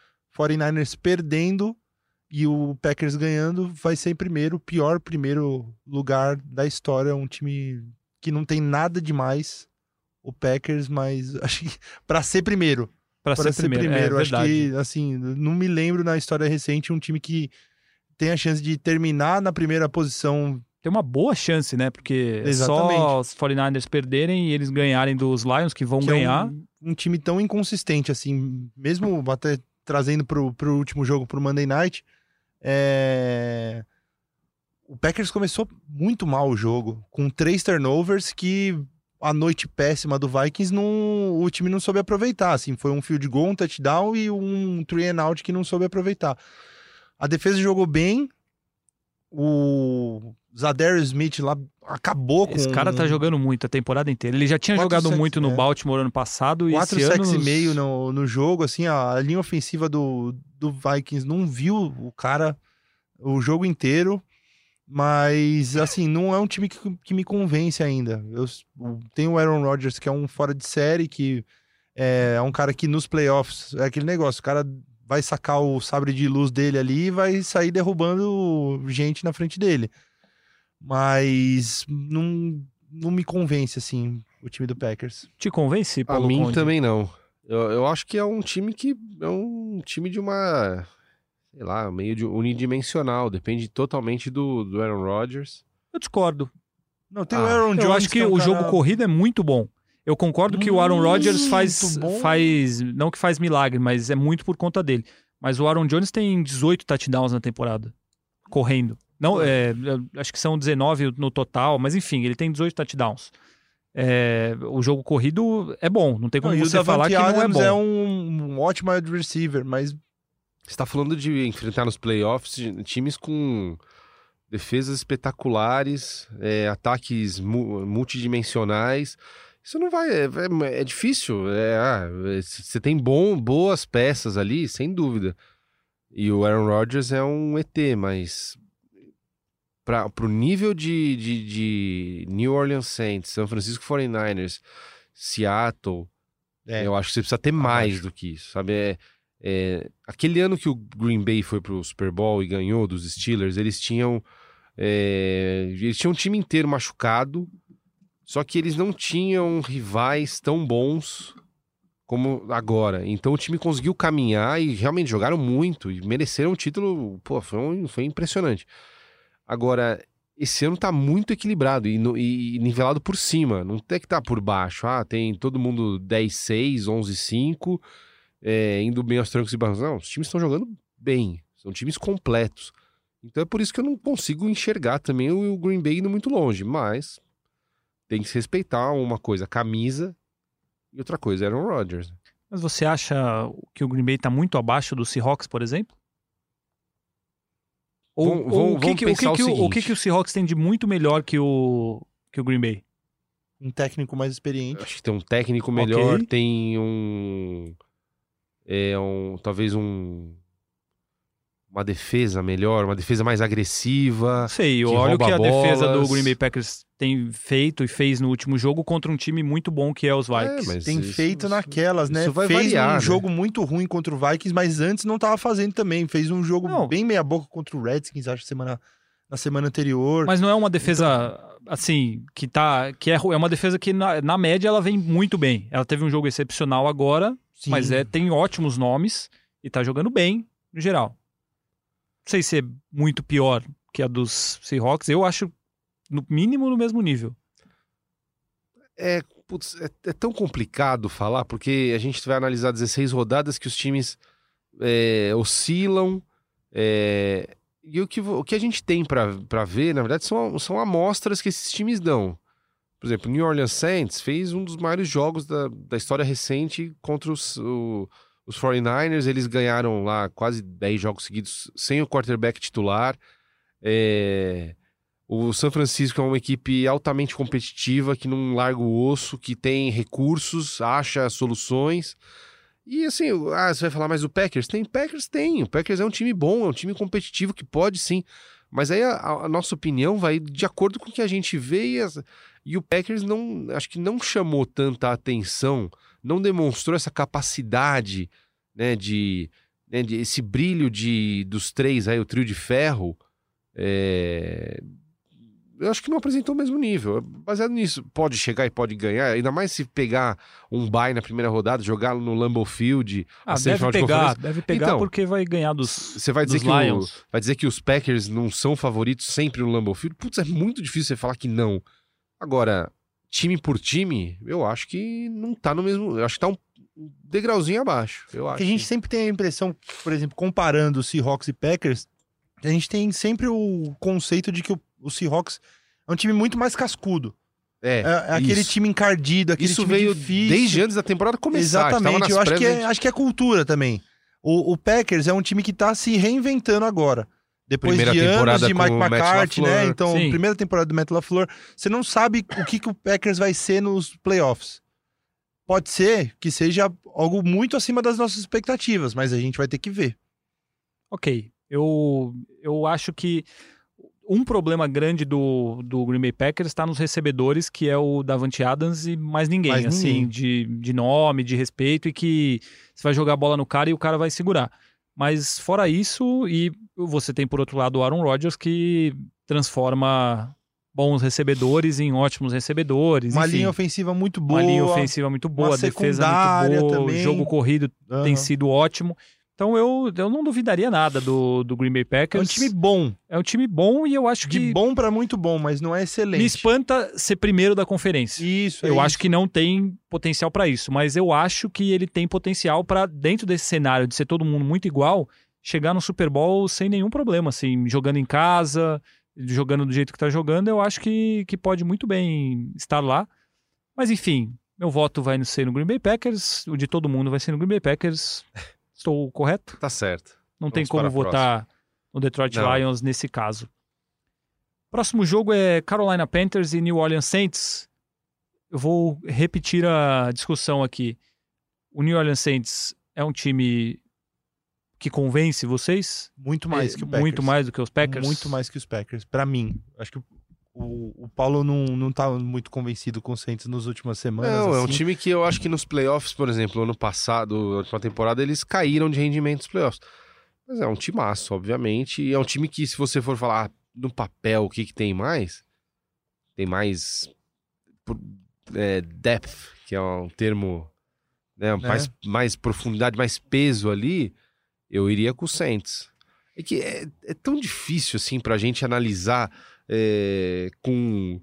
49ers perdendo e o Packers ganhando, vai ser primeiro, pior primeiro lugar da história. Um time que não tem nada demais, o Packers, mas acho que pra ser primeiro. Pra ser primeiro. Acho que, assim, não me lembro na história recente um time que tem a chance de terminar na primeira posição. Tem uma boa chance, né? Porque exatamente. Só os 49ers perderem e eles ganharem dos Lions, que vão ganhar. É um time tão inconsistente, assim, mesmo até trazendo pro último jogo, pro Monday Night, o Packers começou muito mal o jogo, com 3 turnovers que a noite péssima do Vikings, o time não soube aproveitar, assim, foi um field goal, um touchdown e um 3-and-out que não soube aproveitar. A defesa jogou bem, o Zadarius Smith lá acabou com... Esse cara tá jogando muito a temporada inteira. Ele já tinha 4 jogado sacks, muito no Baltimore ano passado. 4 e esse sacks ano... e meio no jogo, assim, a linha ofensiva do Vikings não viu o cara o jogo inteiro, mas, assim, não é um time que me convence ainda. Eu tenho o Aaron Rodgers, que é um fora de série, que é um cara que nos playoffs é aquele negócio, o cara vai sacar o sabre de luz dele ali e vai sair derrubando gente na frente dele. Mas não me convence, assim, o time do Packers. Te convence, A Paulo mim Conde? também não. Eu acho que é um time de uma, sei lá, meio unidimensional. Depende totalmente do Aaron Rodgers. Eu discordo. Não, tem o Aaron Jones. Eu acho que é um o cara jogo corrido é muito bom. Eu concordo que o Aaron Rodgers muito bom. faz... Não que faz milagre, mas é muito por conta dele. Mas o Aaron Jones tem 18 touchdowns na temporada. Correndo. Não, acho que são 19 no total, mas enfim, ele tem 18 touchdowns. O jogo corrido é bom, não tem como você falar que não é bom. É um ótimo wide receiver, mas... Você tá falando de enfrentar nos playoffs times com defesas espetaculares, ataques multidimensionais. Isso não vai... É difícil. Você tem boas peças ali, sem dúvida. E o Aaron Rodgers é um ET, mas... Pro nível de New Orleans Saints, San Francisco 49ers, Seattle, eu acho que você precisa ter mais do que isso, sabe? Aquele ano que o Green Bay foi pro Super Bowl e ganhou dos Steelers, eles tinham um time inteiro machucado, só que eles não tinham rivais tão bons como agora. Então o time conseguiu caminhar e realmente jogaram muito e mereceram um título, pô, foi impressionante. Agora, esse ano tá muito equilibrado e nivelado por cima, não tem que estar por baixo. Tem todo mundo 10-6, 11-5, indo bem aos trancos e barrancos. Não, os times estão jogando bem, são times completos. Então é por isso que eu não consigo enxergar também o Green Bay indo muito longe, mas tem que se respeitar uma coisa, camisa, e outra coisa, Aaron Rodgers. Mas você acha que o Green Bay tá muito abaixo do Seahawks, por exemplo? O que o Seahawks tem de muito melhor que o Green Bay? Um técnico mais experiente. Acho que tem um técnico melhor, tem talvez uma defesa melhor, uma defesa mais agressiva. Sei, olha o que a defesa do Green Bay Packers tem feito e fez no último jogo contra um time muito bom que é os Vikings. Tem feito naquelas, né? Isso vai fez variar, um jogo muito ruim contra o Vikings, mas antes não estava fazendo também. Fez um jogo bem meia boca contra o Redskins, acho, na semana anterior. Mas não é uma defesa, assim, é uma defesa que na média ela vem muito bem. Ela teve um jogo excepcional agora, Sim. mas tem ótimos nomes e tá jogando bem no geral. Não sei se é muito pior que a dos Seahawks. Eu acho, no mínimo, no mesmo nível. É tão complicado falar, porque a gente vai analisar 16 rodadas que os times oscilam. E o que a gente tem para ver, na verdade, são amostras que esses times dão. Por exemplo, o New Orleans Saints fez um dos maiores jogos da história recente contra os 49ers. Eles ganharam lá quase 10 jogos seguidos sem o quarterback titular. O San Francisco é uma equipe altamente competitiva, que não larga o osso, que tem recursos, acha soluções. E assim, você vai falar mais do Packers? Tem. O Packers é um time bom, é um time competitivo que pode sim. Mas aí a nossa opinião vai de acordo com o que a gente vê e o Packers acho que não chamou tanta atenção, não demonstrou essa capacidade, né, de esse brilho dos três aí, o trio de ferro. Eu acho que não apresentou o mesmo nível. Baseado nisso, pode chegar e pode ganhar, ainda mais se pegar um bye na primeira rodada, jogá-lo no Lambeau Field. Deve pegar então, porque vai ganhar dos Você vai dizer vai dizer que os Packers não são favoritos sempre no Lambeau Field? Putz, é muito difícil você falar que não. Agora, time por time, eu acho que não tá no mesmo... Eu acho que tá um degrauzinho abaixo. A gente sempre tem a impressão, por exemplo, comparando Seahawks e Packers, a gente tem sempre o conceito de que o Seahawks é um time muito mais cascudo. É aquele time encardido, aquele isso time veio difícil. Desde antes da temporada começar. Exatamente, eu acho que é cultura também. O Packers é um time que tá se reinventando agora. Depois Primeira de anos temporada de Mike com o Matt McCarthy, né? LaFleur. Então, Sim. primeira temporada do Matt LaFleur, você não sabe o que o Packers vai ser nos playoffs. Pode ser que seja algo muito acima das nossas expectativas, mas a gente vai ter que ver. Ok. Eu acho que um problema grande do Green Bay Packers está nos recebedores, que é o Davante Adams e mais ninguém, Mais assim, de nome, de respeito, e que você vai jogar a bola no cara e o cara vai segurar. Mas fora isso, e você tem por outro lado o Aaron Rodgers, que transforma bons recebedores em ótimos recebedores. Uma enfim. linha ofensiva muito boa. Uma linha ofensiva muito boa, uma defesa secundária muito boa, também. o jogo corrido tem Aham. sido ótimo. Então eu não duvidaria nada do Green Bay É Packers. um time bom. É um time bom e eu acho De que bom pra muito bom, mas não é excelente. me espanta ser primeiro da conferência. Isso, Eu acho que não tem potencial para isso, mas eu acho que ele tem potencial para, dentro desse cenário de ser todo mundo muito igual, chegar no Super Bowl sem nenhum problema, assim, jogando em casa, jogando do jeito que tá jogando, eu acho que pode muito bem estar lá. Mas enfim, meu voto vai ser no Green Bay Packers, o de todo mundo vai ser no Green Bay Packers. Estou correto? Tá certo. Não tem Vamos como para a votar no Detroit Não. Lions nesse caso. Próximo jogo é Carolina Panthers e New Orleans Saints. Eu vou repetir a discussão aqui. O New Orleans Saints é um time que convence vocês? Muito mais que o Packers. Muito mais do que os Packers? Muito mais que os Packers. Pra mim. Acho que o Paulo não tá muito convencido com o Saints nas últimas semanas. Não, é um assim. time que eu acho que nos playoffs, por exemplo, ano passado, na última temporada, eles caíram de rendimento nos playoffs. Mas é um timaço, obviamente. E é um time que, se você for falar no papel o que tem mais depth, que é um termo, né, mais profundidade, mais peso ali, eu iria com o Saints. É que é tão difícil assim pra gente analisar com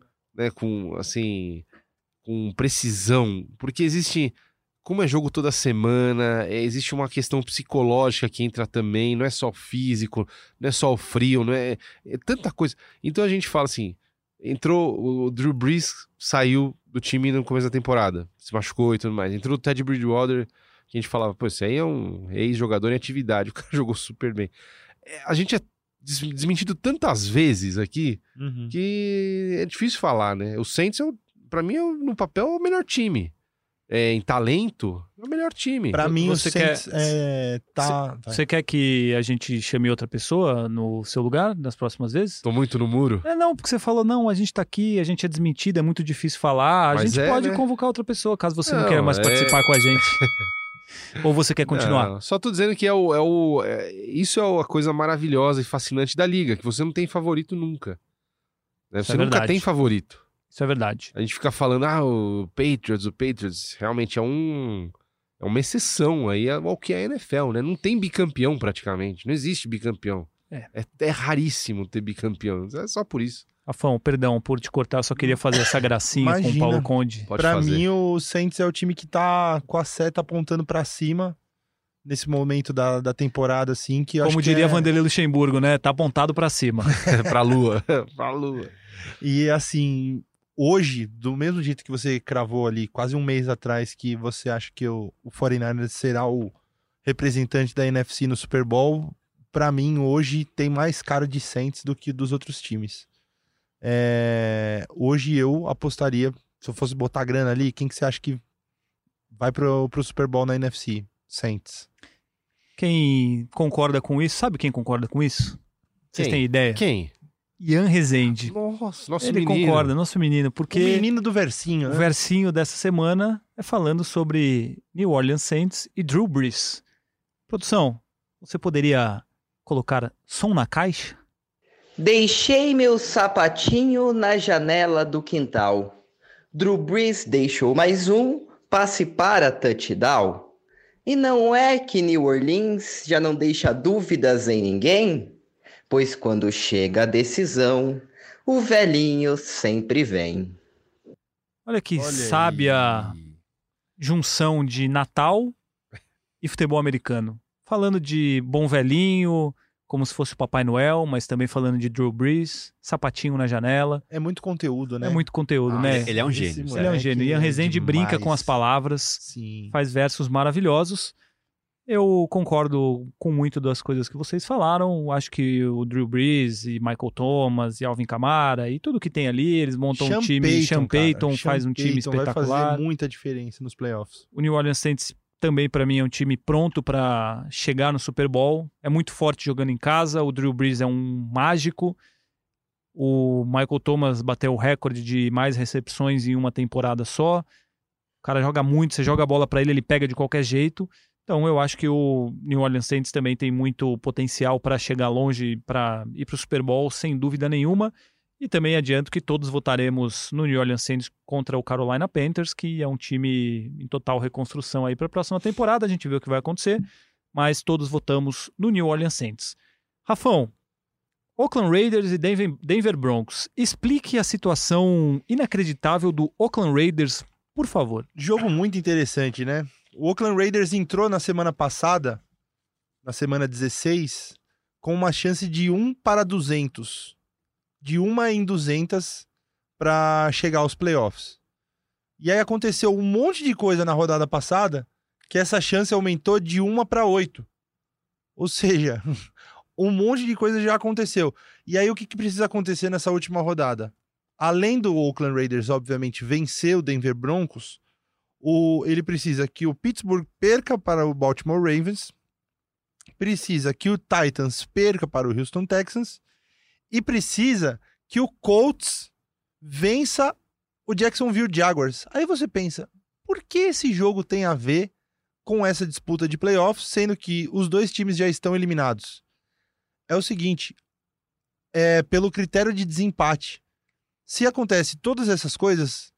precisão, porque existe, como é jogo toda semana, existe uma questão psicológica que entra também, não é só físico, não é só o frio, não é tanta coisa. Então a gente fala assim, entrou o Drew Brees, saiu do time no começo da temporada, se machucou e tudo mais. Entrou o Teddy Bridgewater, que a gente falava, pô, esse aí é um ex-jogador em atividade, o cara jogou super bem. A gente é desmentido tantas vezes aqui Uhum. que é difícil falar, né? O Saints, pra mim, no papel, é o melhor time. Em talento, é o melhor time. Pra mim, o Você Saints vai. Você quer que a gente chame outra pessoa no seu lugar nas próximas vezes? Tô muito no muro. Não, porque você falou, não, a gente tá aqui, a gente é desmentido, é muito difícil falar. A Mas gente pode né? convocar outra pessoa, caso você não Não, queira mais participar com a gente. Ou você quer continuar? Não, só tô dizendo que isso é a coisa maravilhosa e fascinante da liga, que você não tem favorito nunca. Né? Isso Você é nunca verdade. tem favorito. Isso é verdade. A gente fica falando, o Patriots realmente é uma exceção aí ao que é a NFL, né? Não tem bicampeão praticamente, não existe bicampeão. É raríssimo ter bicampeão, é só por isso. Rafão, perdão por te cortar, eu só queria fazer essa gracinha com o Imagina. Paulo Conde. Pode Pra fazer. mim, o Saints é o time que tá com a seta apontando pra cima nesse momento da temporada, assim, que eu acho Como que diria Vanderlei Luxemburgo, né? Tá apontado pra cima. Pra lua. Pra lua. E assim, hoje, do mesmo jeito que você cravou ali, quase um mês atrás, que você acha que o 49ers será o representante da NFC no Super Bowl, pra mim, hoje, tem mais cara de Saints do que dos outros times. Hoje eu apostaria, se eu fosse botar grana ali, quem que você acha que vai pro Super Bowl na NFC? Saints. Quem concorda com isso, sabe quem concorda com isso? Vocês Quem? têm ideia? Quem? Ian Rezende. Nossa, nosso Ele menino. concorda, nosso menino, porque O menino do versinho, o né? versinho dessa semana é falando sobre New Orleans Saints e Drew Brees. Produção, você poderia colocar som na caixa? Deixei meu sapatinho na janela do quintal. Drew Brees deixou mais um, passe para touchdown. E não é que New Orleans já não deixa dúvidas em ninguém? Pois quando chega a decisão, o velhinho sempre vem. Olha que Olha sábia aí. junção de Natal e futebol americano. Falando de bom velhinho, como se fosse o Papai Noel, mas também falando de Drew Brees, sapatinho na janela. É muito conteúdo, né? É muito conteúdo, né? Ele é um Esse gênio. Ele é um moleque gênio. Ian Rezende demais. brinca com as palavras, Sim. faz versos maravilhosos. Eu concordo com muito das coisas que vocês falaram. Acho que o Drew Brees e Michael Thomas e Alvin Kamara e tudo que tem ali, eles montam um time. Sean Payton faz um time espetacular. Vai fazer muita diferença nos playoffs. O New Orleans Saints também, para mim, é um time pronto para chegar no Super Bowl. É muito forte jogando em casa. O Drew Brees é um mágico. O Michael Thomas bateu o recorde de mais recepções em uma temporada só. O cara joga muito, você joga a bola para ele, ele pega de qualquer jeito. Então eu acho que o New Orleans Saints também tem muito potencial para chegar longe, para ir para o Super Bowl, sem dúvida nenhuma. E também adianto que todos votaremos no New Orleans Saints contra o Carolina Panthers, que é um time em total reconstrução aí para a próxima temporada. A gente vê o que vai acontecer, mas todos votamos no New Orleans Saints. Rafão, Oakland Raiders e Denver Broncos. Explique a situação inacreditável do Oakland Raiders, por favor. Jogo muito interessante, né? O Oakland Raiders entrou na semana passada, na semana 16, com uma chance de 1 para 200. De 1 em 200 para chegar aos playoffs. E aí aconteceu um monte de coisa na rodada passada que essa chance aumentou de 1 para 8. Ou seja, um monte de coisa já aconteceu. E aí o que precisa acontecer nessa última rodada? Além do Oakland Raiders, obviamente, vencer o Denver Broncos, ele precisa que o Pittsburgh perca para o Baltimore Ravens, precisa que o Titans perca para o Houston Texans e precisa que o Colts vença o Jacksonville Jaguars. Aí você pensa, por que esse jogo tem a ver com essa disputa de playoffs, sendo que os dois times já estão eliminados? É o seguinte, pelo critério de desempate. Se acontece todas essas coisas,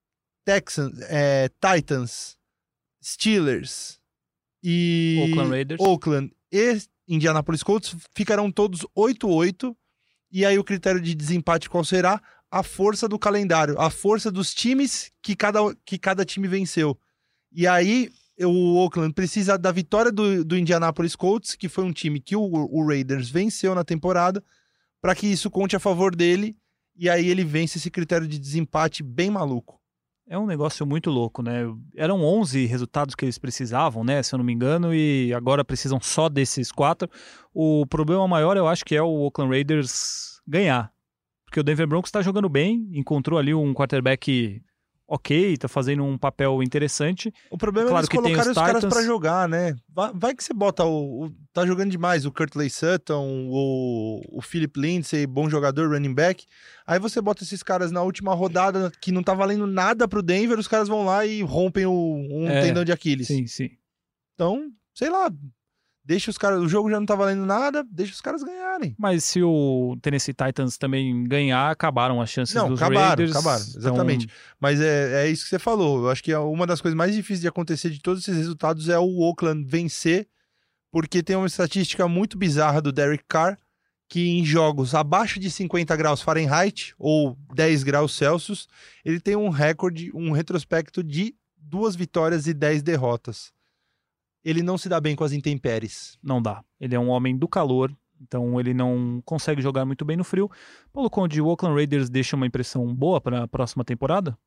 Titans, Steelers e Oakland e Indianapolis Colts ficarão todos 8-8. E aí o critério de desempate qual será? A força do calendário, a força dos times que cada time venceu. E aí o Oakland precisa da vitória do Indianapolis Colts, que foi um time que o Raiders venceu na temporada, para que isso conte a favor dele, e aí ele vence esse critério de desempate bem maluco. É um negócio muito louco, né? Eram 11 resultados que eles precisavam, né? Se eu não me engano, e agora precisam só desses 4. O problema maior, eu acho que é o Oakland Raiders ganhar. Porque o Denver Broncos está jogando bem, encontrou ali um quarterback ok, tá fazendo um papel interessante. O problema claro é eles colocarem os caras pra jogar, né? Vai que você bota tá jogando demais o Courtland Sutton, o Philip Lindsay, bom jogador, running back. Aí você bota esses caras na última rodada que não tá valendo nada pro Denver, os caras vão lá e rompem um tendão de Aquiles. Sim, sim. Então, sei lá, deixa os caras, o jogo já não tá valendo nada, deixa os caras ganharem. Mas se o Tennessee Titans também ganhar, acabaram as chances dos Raiders. Acabaram, exatamente. Então... Mas é isso que você falou. Eu acho que uma das coisas mais difíceis de acontecer de todos esses resultados é o Oakland vencer, porque tem uma estatística muito bizarra do Derek Carr, que em jogos abaixo de 50 graus Fahrenheit, ou 10 graus Celsius, ele tem um recorde, um retrospecto de 2 vitórias e 10 derrotas. Ele não se dá bem com as intempéries. Não dá. Ele é um homem do calor, então ele não consegue jogar muito bem no frio. Paulo Conde, o Oakland Raiders deixa uma impressão boa para a próxima temporada?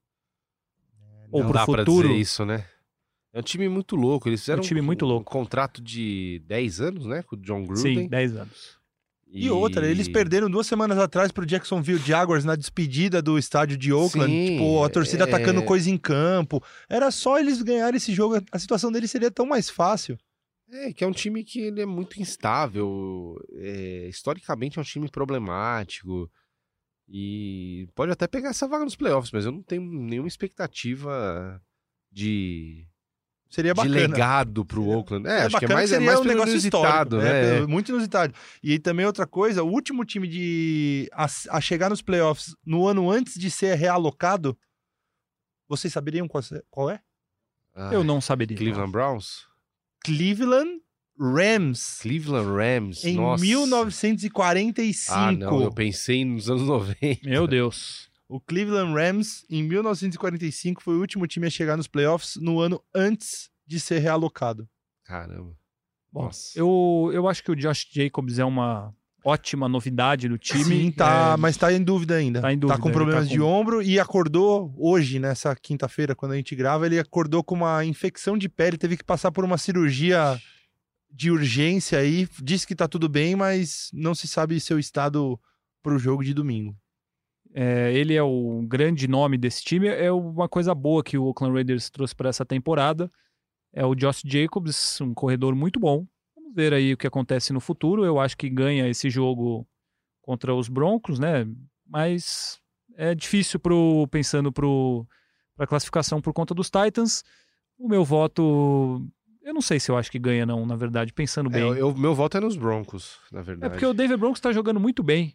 Ou para o futuro? Pra dizer isso, né? É um time muito louco. Eles fizeram um contrato de 10 anos, né? Com o John Gruden. Sim, 10 anos. E outra, eles perderam 2 semanas atrás pro Jacksonville Jaguars na despedida do estádio de Oakland. Sim, tipo, a torcida atacando coisa em campo. Era só eles ganharem esse jogo, a situação deles seria tão mais fácil. Que é um time que ele é muito instável. Historicamente é um time problemático. E pode até pegar essa vaga nos playoffs, mas eu não tenho nenhuma expectativa de legado pro Oakland. Acho que é mais um negócio inusitado, né? Muito inusitado. E também outra coisa, o último time a chegar nos playoffs no ano antes de ser realocado, vocês saberiam qual é? Eu não saberia. Cleveland Browns? Cleveland Rams. Em nossa. 1945. Ah, não, eu pensei nos anos 90. Meu Deus. O Cleveland Rams, em 1945, foi o último time a chegar nos playoffs no ano antes de ser realocado. Caramba. Nossa. Eu acho que o Josh Jacobs é uma ótima novidade do time. Sim, mas tá em dúvida ainda. Tá com problemas de ombro e acordou hoje, nessa quinta-feira, quando a gente grava, ele acordou com uma infecção de pele, teve que passar por uma cirurgia de urgência aí, disse que tá tudo bem, mas não se sabe seu estado pro jogo de domingo. Ele é o grande nome desse time. É uma coisa boa que o Oakland Raiders trouxe para essa temporada. É o Josh Jacobs, um corredor muito bom. Vamos ver aí o que acontece no futuro. Eu acho que ganha esse jogo contra os Broncos, né? Mas é difícil pensando para a classificação por conta dos Titans. O meu voto... Eu não sei se eu acho que ganha, não, na verdade, pensando bem. Meu voto é nos Broncos, na verdade. É porque o Denver Broncos está jogando muito bem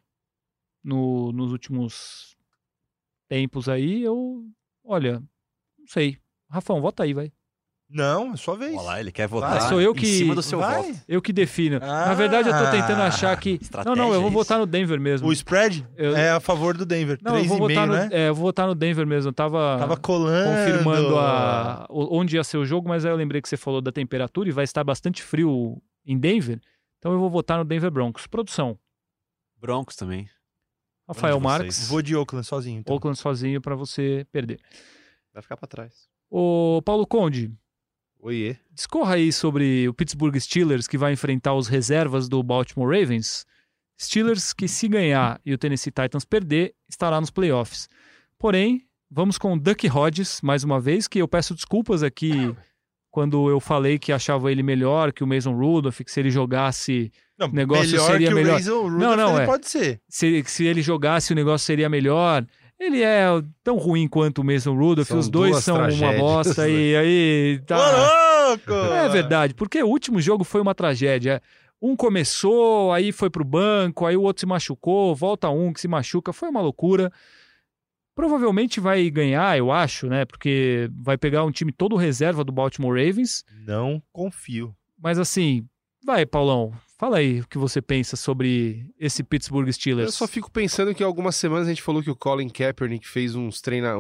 nos últimos tempos aí. Olha, não sei. Rafão, vota aí, vai. Não, é sua vez. Olha lá, ele quer votar sou eu em que... cima do seu Vai. voto. Eu que defino. Na verdade, eu tô tentando achar que... Estratégia, Não, eu vou isso. votar no Denver mesmo. O spread é a favor do Denver. Não, eu vou 3,5, votar né? eu vou votar no Denver mesmo. Eu tava colando. confirmando onde ia ser o jogo, mas aí eu lembrei que você falou da temperatura e vai estar bastante frio em Denver. Então eu vou votar no Denver Broncos. Produção. Broncos também. Rafael Onde Marques. vocês? Vou de Oakland sozinho. Então. Oakland sozinho pra você perder. Vai ficar pra trás. Ô, Paulo Conde, Oiê. discorra aí sobre o Pittsburgh Steelers que vai enfrentar os reservas do Baltimore Ravens. Steelers que, se ganhar e o Tennessee Titans perder, estará nos playoffs. Porém, vamos com o Duck Hodges, mais uma vez, que eu peço desculpas aqui quando eu falei que achava ele melhor que o Mason Rudolph, que se ele jogasse Não, o negócio melhor seria que melhor. O Mason Rudolph, Não, ele pode ser. Se ele jogasse o negócio seria melhor. Ele é tão ruim quanto o Mason Rudolph, São os dois duas são uma tragédias. bosta e aí tá... Ô, louco! É verdade, porque o último jogo foi uma tragédia. Um começou, aí foi pro banco, aí o outro se machucou, volta um que se machuca, foi uma loucura. Provavelmente vai ganhar, eu acho, né? Porque vai pegar um time todo reserva do Baltimore Ravens. Não confio. Mas assim, vai, Paulão, fala aí o que você pensa sobre esse Pittsburgh Steelers. Eu só fico pensando que algumas semanas a gente falou que o Colin Kaepernick fez uns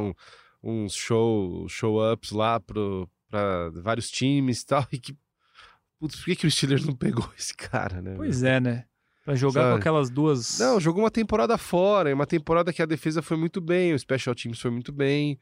uns show-ups lá pra vários times e tal, e que, putz, por que o Steelers não pegou esse cara, né? Pois é, né? Pra jogar Sabe? com aquelas duas... Não, jogou uma temporada fora, uma temporada que a defesa foi muito bem, o Special Teams foi muito bem,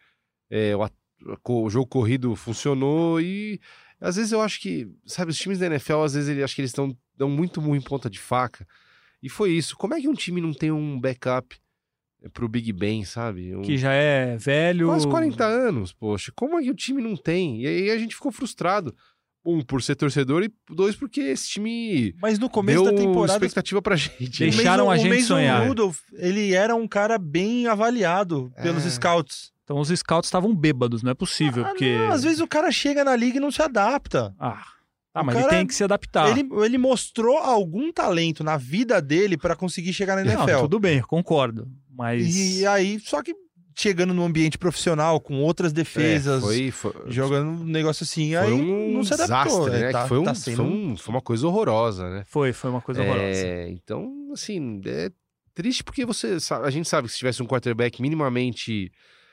o jogo corrido funcionou e às vezes eu acho que, sabe, os times da NFL, às vezes acho que eles dão muito em ponta de faca, e foi isso. Como é que um time não tem um backup pro Big Ben, sabe? Que já é velho... Quase 40 anos, poxa, como é que o time não tem? E aí a gente ficou frustrado. Um, por ser torcedor, e dois, porque esse time Mas no começo deu da temporada... expectativa pra gente. Deixaram a gente o Mason sonhar. Rudolph, ele era um cara bem avaliado pelos scouts. Então os scouts estavam bêbados, não é possível, porque... Não, às vezes o cara chega na liga e não se adapta. Mas cara- ele tem que se adaptar. Ele mostrou algum talento na vida dele pra conseguir chegar na NFL. Não, tudo bem, eu concordo. Mas... E aí, só que chegando no ambiente profissional, com outras defesas, Foi jogando um negócio assim, foi aí um não se adaptou. desastre, né? Tá- Que foi, tá sendo- foi uma coisa horrorosa, né? Foi uma coisa horrorosa. Então, assim, é triste porque a gente sabe que se tivesse um quarterback minimamente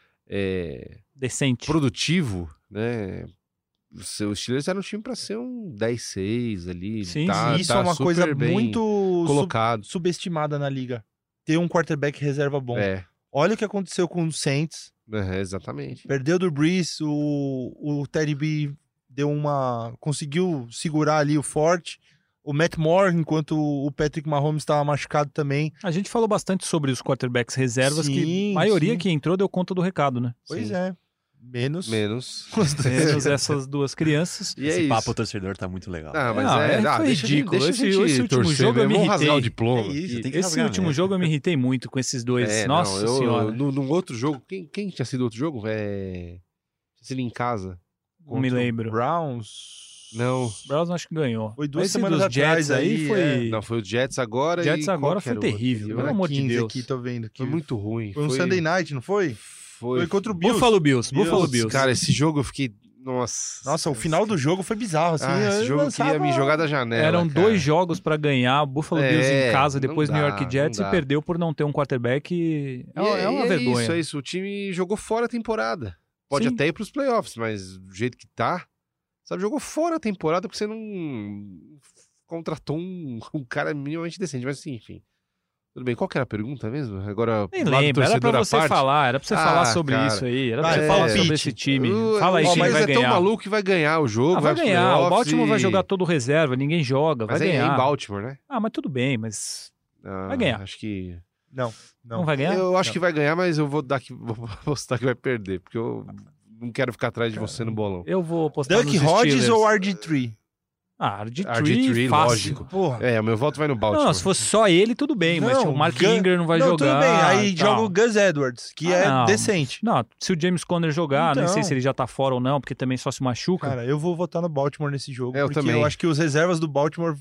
Decente. produtivo, né? Os Steelers era um time pra ser um 10-6 ali. Sim, tá, E isso tá é uma super coisa bem muito colocado. subestimada na liga. Ter um quarterback reserva bom. Olha o que aconteceu com o Saints. Exatamente. Perdeu do Breeze, o Teddy B conseguiu segurar ali o forte. O Matt Moore, enquanto o Patrick Mahomes estava machucado também. A gente falou bastante sobre os quarterbacks reservas, que Sim, a maioria sim. que entrou deu conta do recado, né? Pois Sim. é. Menos. Menos. Menos essas duas crianças. E é Esse isso. papo torcedor tá muito legal. Ah, mas Não, foi deixa ridículo. Deixa a gente Esse último torcer, jogo eu me vamos rasgar irritei. o diploma. É isso, aqui. tem que Esse rasgar último mesmo. jogo eu me irritei muito com esses dois. Nossa senhora. Num outro jogo, quem tinha sido outro jogo? Tinha sido em casa. Não me lembro. Browns. Não. Browns acho que ganhou. Foi 2 Esse semanas dos atrás Jets aí aí, foi... Não, foi o Jets agora. Jets e agora qual que foi era o outro? terrível. Foi Pelo amor de 15 Deus. aqui, tô vendo aqui. muito ruim. Foi um Sunday Night, não foi? Foi contra o Bills. Buffalo Bills. Buffalo Bills. Bills. Cara, esse jogo eu fiquei... Nossa, O final do jogo foi bizarro, assim. esse jogo eu queria me jogar da janela. Eram cara. 2 jogos pra ganhar, Buffalo Bills em casa, não depois dá, New York Jets, não e dá. perdeu por não ter um quarterback. É uma vergonha. É isso. O time jogou fora a temporada. Pode Sim. até ir pros playoffs, mas do jeito que tá, sabe, jogou fora a temporada porque você não contratou um cara minimamente decente. Mas assim, enfim, Tudo bem, qual que era a pergunta mesmo? Agora, Nem lado lembro, era pra torcedor à você parte? falar, era pra você falar sobre cara. isso aí, era pra Vai, você falar palpite. sobre esse time. Fala aí quem Mas vai é tão ganhar. maluco que vai ganhar o jogo. Vai pros ganhar, o playoffs Baltimore vai e- jogar todo reserva, ninguém joga, Mas vai é ganhar. em Baltimore, né? Ah, mas tudo bem, mas vai ganhar. Acho que... Não vai ganhar? Eu acho Não. que vai ganhar, mas eu vou apostar que vai perder, porque eu não quero ficar atrás de você no bolão. Eu vou apostar Duck nos Hodges Steelers. ou RG3? Ah, RG3, RG3, fácil. lógico. Porra. É, o meu voto vai no Baltimore. Não, se fosse só ele, tudo bem, mas Não, o Mark Gun- Ingram não vai não, jogar. tudo bem. Aí e tal. joga o Gus Edwards, que é não. decente. Não, se o James Conner jogar, nem Então. sei se ele já tá fora ou não, porque também só se machuca. Cara, eu vou votar no Baltimore nesse jogo, Eu porque também. eu acho que os reservas do Baltimore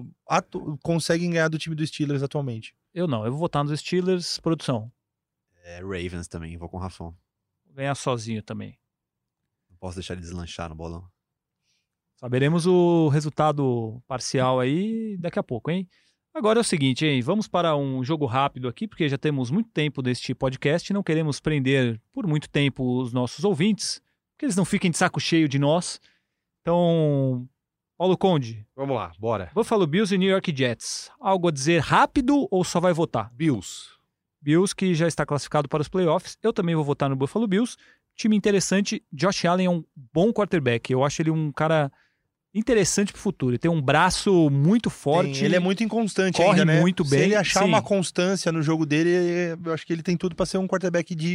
conseguem ganhar do time dos Steelers atualmente. Eu não, eu vou votar nos Steelers, produção. Ravens também, vou com o Rafão. Vou ganhar sozinho também. Não posso deixar ele deslanchar no bolão. Saberemos o resultado parcial aí daqui a pouco, hein? Agora é o seguinte, hein? Vamos para um jogo rápido aqui, porque já temos muito tempo deste podcast e não queremos prender por muito tempo os nossos ouvintes, que eles não fiquem de saco cheio de nós. Então, Paulo Conde, Vamos lá, bora. Buffalo Bills e New York Jets. Algo a dizer rápido ou só vai votar? Bills. Bills, que já está classificado para os playoffs. Eu também vou votar no Buffalo Bills. Time interessante. Josh Allen é um bom quarterback. Eu acho ele um cara interessante pro futuro. Ele tem um braço muito forte. Ele é muito inconstante corre ainda, né? muito Se bem, ele achar sim. uma constância no jogo dele, eu acho que ele tem tudo pra ser um quarterback de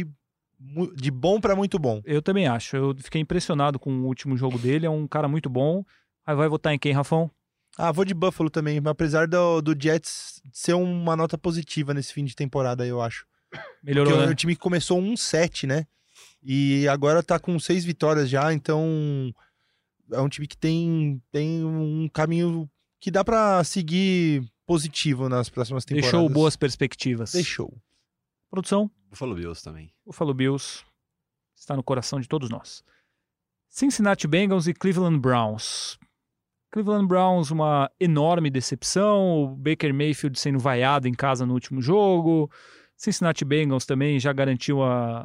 bom pra muito bom. Eu também acho. Eu fiquei impressionado com o último jogo dele. É um cara muito bom. Aí vai votar em quem, Rafão? Ah, vou de Buffalo também, apesar do Jets ser uma nota positiva nesse fim de temporada, eu acho. Melhorou, Porque né? o time que começou 1-7, né? E agora tá com 6 vitórias já, então é um time que tem um caminho que dá pra seguir positivo nas próximas temporadas. Deixou boas perspectivas. Deixou. Produção? Buffalo Bills também. Buffalo Bills está no coração de todos nós. Cincinnati Bengals e Cleveland Browns. Cleveland Browns, uma enorme decepção. O Baker Mayfield sendo vaiado em casa no último jogo. Cincinnati Bengals também já garantiu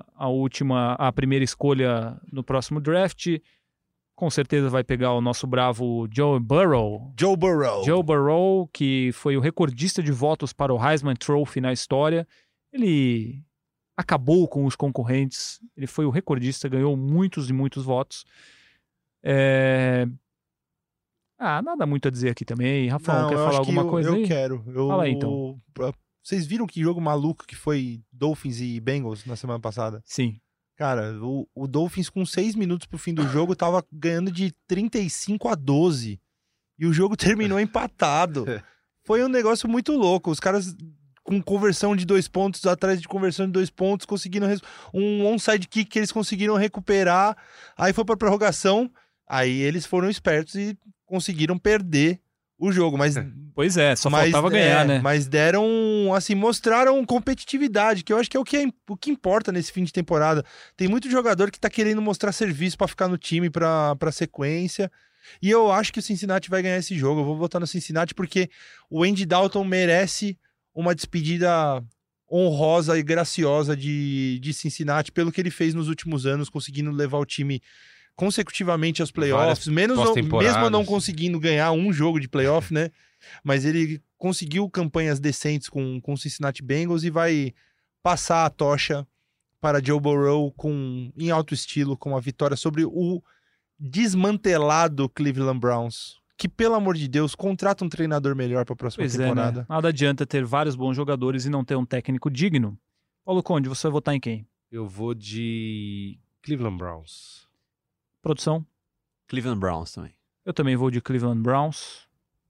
a primeira escolha no próximo draft. Com certeza vai pegar o nosso bravo Joe Burrow. Joe Burrow. Joe Burrow, que foi o recordista de votos para o Heisman Trophy na história. Ele acabou com os concorrentes. Ele foi o recordista, ganhou muitos e muitos votos. Nada muito a dizer aqui também. Rafael, quer eu falar acho alguma que coisa eu aí? quero. Fala aí, então. Vocês viram que jogo maluco que foi Dolphins e Bengals na semana passada? Sim. Cara, o Dolphins com 6 minutos pro fim do jogo tava ganhando de 35-12. E o jogo terminou empatado. Foi um negócio muito louco. Os caras com conversão de 2 pontos, atrás de conversão de 2 pontos, conseguiram um onside kick que eles conseguiram recuperar. Aí foi pra prorrogação. Aí eles foram espertos e conseguiram perder o jogo, mas Pois é, só faltava ganhar, né? Mas deram, assim, mostraram competitividade, que eu acho que é o que importa nesse fim de temporada. Tem muito jogador que tá querendo mostrar serviço pra ficar no time pra sequência. E eu acho que o Cincinnati vai ganhar esse jogo. Eu vou votar no Cincinnati porque o Andy Dalton merece uma despedida honrosa e graciosa de Cincinnati pelo que ele fez nos últimos anos, conseguindo levar o time consecutivamente aos playoffs, mesmo não conseguindo ganhar um jogo de playoff, né? Mas ele conseguiu campanhas decentes com o Cincinnati Bengals e vai passar a tocha para Joe Burrow em alto estilo, com a vitória sobre o desmantelado Cleveland Browns, que, pelo amor de Deus, contrata um treinador melhor para a próxima temporada. Né? Nada adianta ter vários bons jogadores e não ter um técnico digno. Paulo Conde, você vai votar em quem? Eu vou de Cleveland Browns. Produção? Cleveland Browns também. Eu também vou de Cleveland Browns.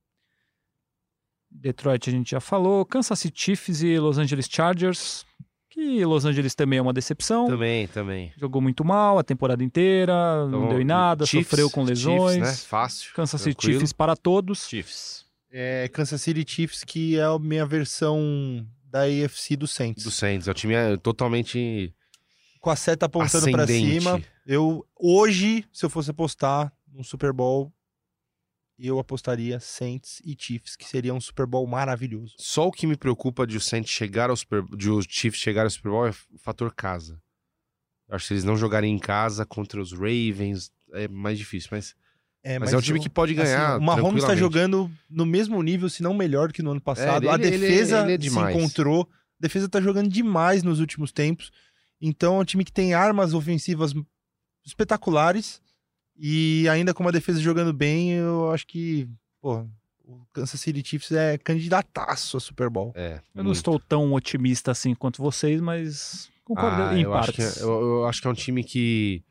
Detroit a gente já falou. Kansas City Chiefs e Los Angeles Chargers. Que Los Angeles também é uma decepção. Também. Jogou muito mal a temporada inteira, não deu em nada, Chiefs, sofreu com lesões. Chiefs, né? Fácil. Kansas City tranquilo. Chiefs para todos. Chiefs. É Kansas City Chiefs, que é a minha versão da AFC do Saints. Do Saints. É um time totalmente Com a seta apontando para ascendente. cima. Hoje, se eu fosse apostar no Super Bowl, eu apostaria Saints e Chiefs, que seria um Super Bowl maravilhoso. Só o que me preocupa de os Saints de os Chiefs chegarem ao Super Bowl é o fator casa. Eu acho que se eles não jogarem em casa contra os Ravens, é mais difícil. Mas Mas é um time que pode ganhar. Assim, o Mahomes tá tranquilamente. jogando no mesmo nível, se não melhor que no ano passado. A ele defesa é se demais. encontrou. A defesa tá jogando demais nos últimos tempos. Então é um time que tem armas ofensivas espetaculares. E ainda com uma defesa jogando bem, eu acho que, pô, o Kansas City Chiefs é candidataço a Super Bowl. Eu não estou tão otimista assim quanto vocês, mas concordo em eu partes. eu acho que é um time que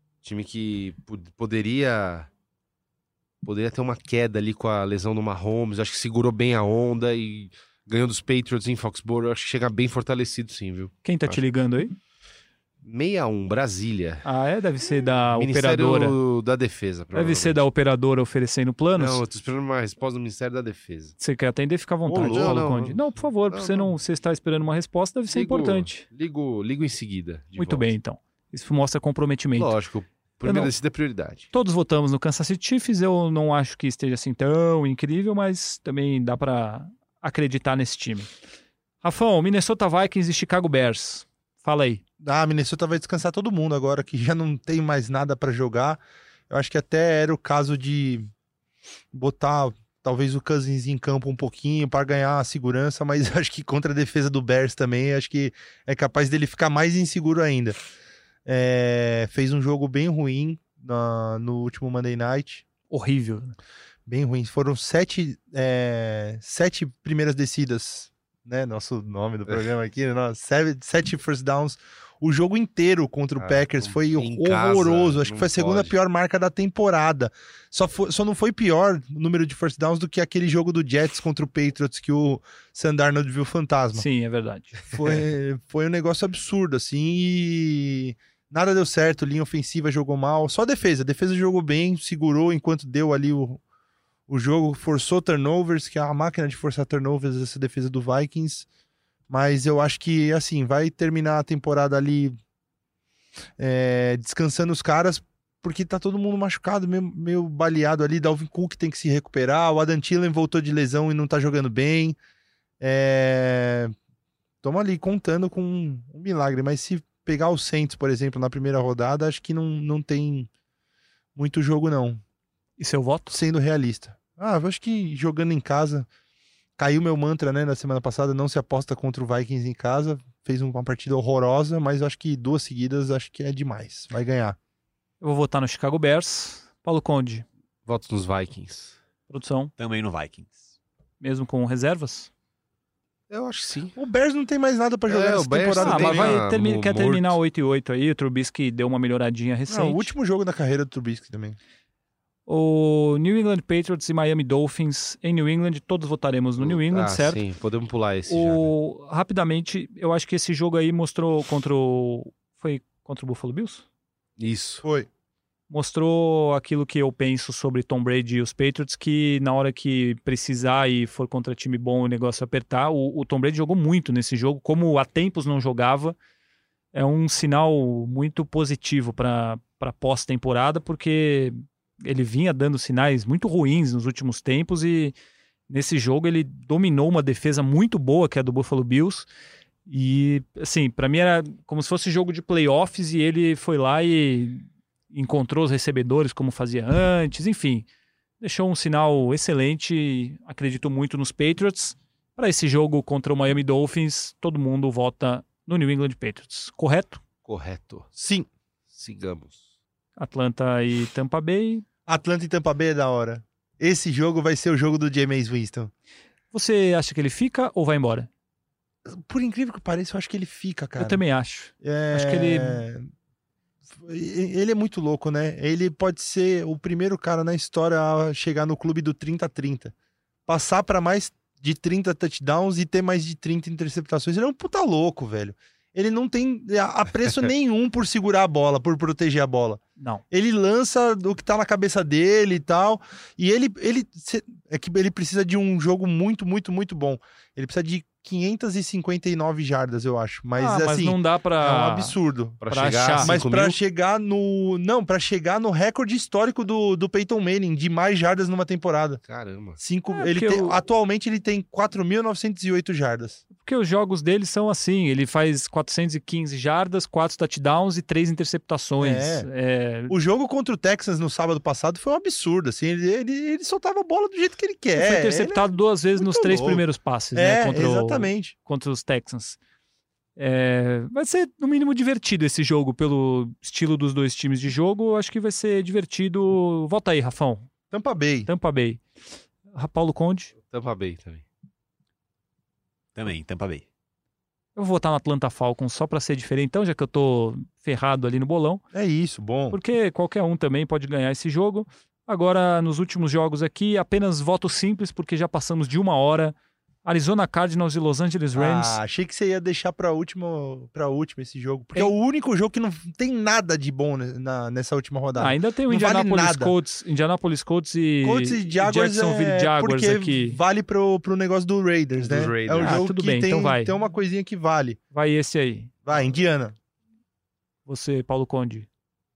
poderia ter uma queda ali com a lesão do Mahomes. Acho que segurou bem a onda e ganhou dos Patriots em Foxborough. Acho que chega bem fortalecido sim, viu? Quem tá te ligando aí? 61, Brasília. Deve ser da Ministério operadora. da Defesa, Deve ser da operadora oferecendo planos. Não, eu tô esperando uma resposta do Ministério da Defesa. Você quer atender, fica à vontade, louco. Paulo Não, Conde. Não, por favor, você está esperando uma resposta, deve ser importante. Ligo em seguida. Muito volta. bem, então. Isso mostra comprometimento. Lógico, primeira não- descida é prioridade. Todos votamos no Kansas City Chiefs, eu não acho que esteja assim tão incrível, mas também dá pra acreditar nesse time. Rafão, Minnesota Vikings e Chicago Bears. Fala aí. Minnesota vai descansar todo mundo agora, que já não tem mais nada pra jogar. Eu acho que até era o caso de botar talvez o Cousins em campo um pouquinho para ganhar a segurança, mas acho que contra a defesa do Bears também, acho que é capaz dele ficar mais inseguro ainda. Fez um jogo bem ruim no último Monday Night. Horrível. Bem ruim. Foram 7 primeiras descidas, né? Nosso nome do programa aqui, né? 7 first downs. O jogo inteiro contra o Packers foi horroroso. Acho que foi a segunda pior marca da temporada. Só não foi pior o número de first downs do que aquele jogo do Jets contra o Patriots que o Sam Darnold viu fantasma. Sim, é verdade. Foi um negócio absurdo, assim, e nada deu certo. Linha ofensiva jogou mal. Só a defesa. A defesa jogou bem, segurou enquanto deu ali o jogo, forçou turnovers, que é a máquina de forçar turnovers, essa defesa do Vikings. Mas eu acho que, assim, vai terminar a temporada ali descansando os caras, porque tá todo mundo machucado, meio baleado ali. Dalvin Cook tem que se recuperar. O Adam Thielen voltou de lesão e não tá jogando bem. Estamos ali contando com um milagre. Mas se pegar o Saints, por exemplo, na primeira rodada, acho que não tem muito jogo, não. E seu voto? Sendo realista. Eu acho que jogando em casa... Caiu meu mantra, né, na semana passada, não se aposta contra o Vikings em casa. Fez uma partida horrorosa, mas eu acho que 2 seguidas, acho que é demais. Vai ganhar. Eu vou votar no Chicago Bears. Paulo Conde. Votos nos Vikings. Produção. Também no Vikings. Mesmo com reservas? Eu acho que sim. O Bears não tem mais nada pra jogar nessa o Bears temporada. também, mas quer morto. terminar 8-8 aí. O Trubisky deu uma melhoradinha recente. O último jogo da carreira do Trubisky também. O New England Patriots e Miami Dolphins em New England, todos votaremos no New England, certo? Sim, podemos pular esse Rapidamente, eu acho que esse jogo aí mostrou foi contra o Buffalo Bills? Isso. Foi. Mostrou aquilo que eu penso sobre Tom Brady e os Patriots, que na hora que precisar e for contra time bom o negócio apertar, o Tom Brady jogou muito nesse jogo, como há tempos não jogava. É um sinal muito positivo para pós-temporada, porque ele vinha dando sinais muito ruins nos últimos tempos e nesse jogo ele dominou uma defesa muito boa, que é a do Buffalo Bills. E, assim, pra mim era como se fosse jogo de playoffs e ele foi lá e encontrou os recebedores como fazia antes. Enfim, deixou um sinal excelente. Acredito muito nos Patriots. Para esse jogo contra o Miami Dolphins, todo mundo vota no New England Patriots. Correto? Correto. Sim. Sigamos. Atlanta e Tampa Bay. Atlanta e Tampa Bay é da hora. Esse jogo vai ser o jogo do Jameis Winston. Você acha que ele fica ou vai embora? Por incrível que pareça, eu acho que ele fica, cara. Eu também acho. Acho que ele... Ele é muito louco, né? Ele pode ser o primeiro cara na história a chegar no clube do 30-30. Passar pra mais de 30 touchdowns e ter mais de 30 interceptações. Ele é um puta louco, velho. Ele não tem apreço nenhum por segurar a bola, por proteger a bola. Não. Ele lança o que tá na cabeça dele e tal. E ele precisa de um jogo muito, muito, muito bom. Ele precisa de 559 jardas, eu acho. Mas assim, não dá pra... é um absurdo. Pra Pra chegar achar. a Mas 5 pra mil? chegar no... Não, pra chegar no recorde histórico do Peyton Manning, de mais jardas numa temporada. Caramba. Atualmente ele tem 4.908 jardas. porque os jogos dele são assim, ele faz 415 jardas, 4 touchdowns e 3 interceptações. O jogo contra o Texans no sábado passado foi um absurdo, assim, ele soltava a bola do jeito que ele quer. Ele foi interceptado 2 vezes nos 3 primeiros passes, né? Exatamente. Contra os Texans. Vai ser, no mínimo, divertido esse jogo, pelo estilo dos dois times de jogo. Acho que vai ser divertido. Volta aí, Rafão. Tampa Bay. Paulo Conde. Tampa Bay também. Também, Tampa Bay. Eu vou votar no Atlanta Falcons só pra ser diferentão, já que eu tô ferrado ali no bolão. É isso, bom. Porque qualquer um também pode ganhar esse jogo. Agora, nos últimos jogos aqui, apenas voto simples, porque já passamos de 1 hora. Arizona Cardinals e Los Angeles Rams. Achei que você ia deixar pra última esse jogo. Porque é o único jogo que não tem nada de bom nessa última rodada. Ainda tem o não Indianapolis Colts e Jaguars Jacksonville Jaguars porque aqui. Vale pro negócio do Raiders, né? É um jogo tudo que bem, então vai. tem uma coisinha que vale. Vai esse aí. Vai, Indiana. Você, Paulo Conde.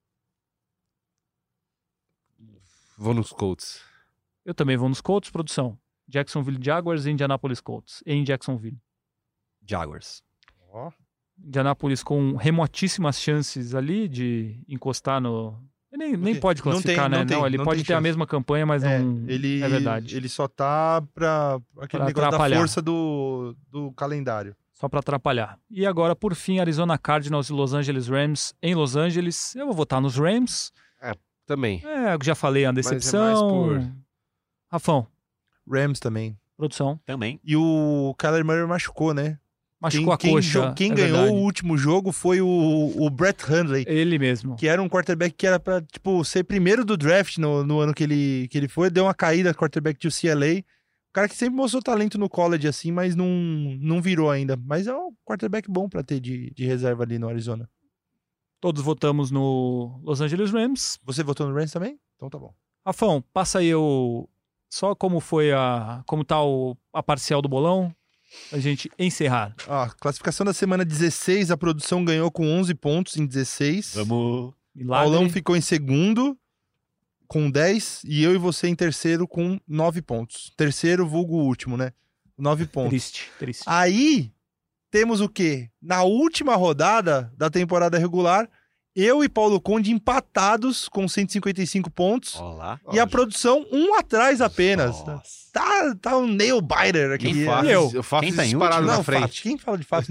Vou nos Colts. Eu também vou nos Colts, produção. Jacksonville Jaguars e Indianapolis Colts. Em Jacksonville. Jaguars. Indianapolis com remotíssimas chances ali de encostar no... Nem pode classificar, né? Ele pode ter a mesma campanha, mas não é verdade. Ele só tá pra aquele negócio da força do calendário. Só pra atrapalhar. E agora, por fim, Arizona Cardinals e Los Angeles Rams em Los Angeles. Eu vou votar nos Rams. Também. Eu já falei, a decepção. Rafão. Rams também. Produção. Também. E o Kyler Murray machucou, né? Machucou a coxa. Quem ganhou o último jogo foi o Brett Hundley. Ele mesmo. Que era um quarterback que era pra, ser primeiro do draft no ano que ele foi. Deu uma caída, quarterback de UCLA. O cara que sempre mostrou talento no college, assim, mas não virou ainda. Mas é um quarterback bom pra ter de reserva ali no Arizona. Todos votamos no Los Angeles Rams. Você votou no Rams também? Então tá bom. Rafão, passa aí só como foi como tá a parcial do bolão, a gente encerrar. Classificação da semana 16, a produção ganhou com 11 pontos em 16. Vamos. Milagre. Paulão ficou em segundo com 10 e eu e você em terceiro com 9 pontos. Terceiro, vulgo último, né? 9 pontos. Triste. Aí, temos o quê? Na última rodada da temporada regular, eu e Paulo Conde empatados com 155 pontos. Olá. E a produção um atrás apenas. Nossa. Tá um nail biter aqui. Eu faço Quem tá em disparado Não, na frente. Fábio, quem fala de Fábio?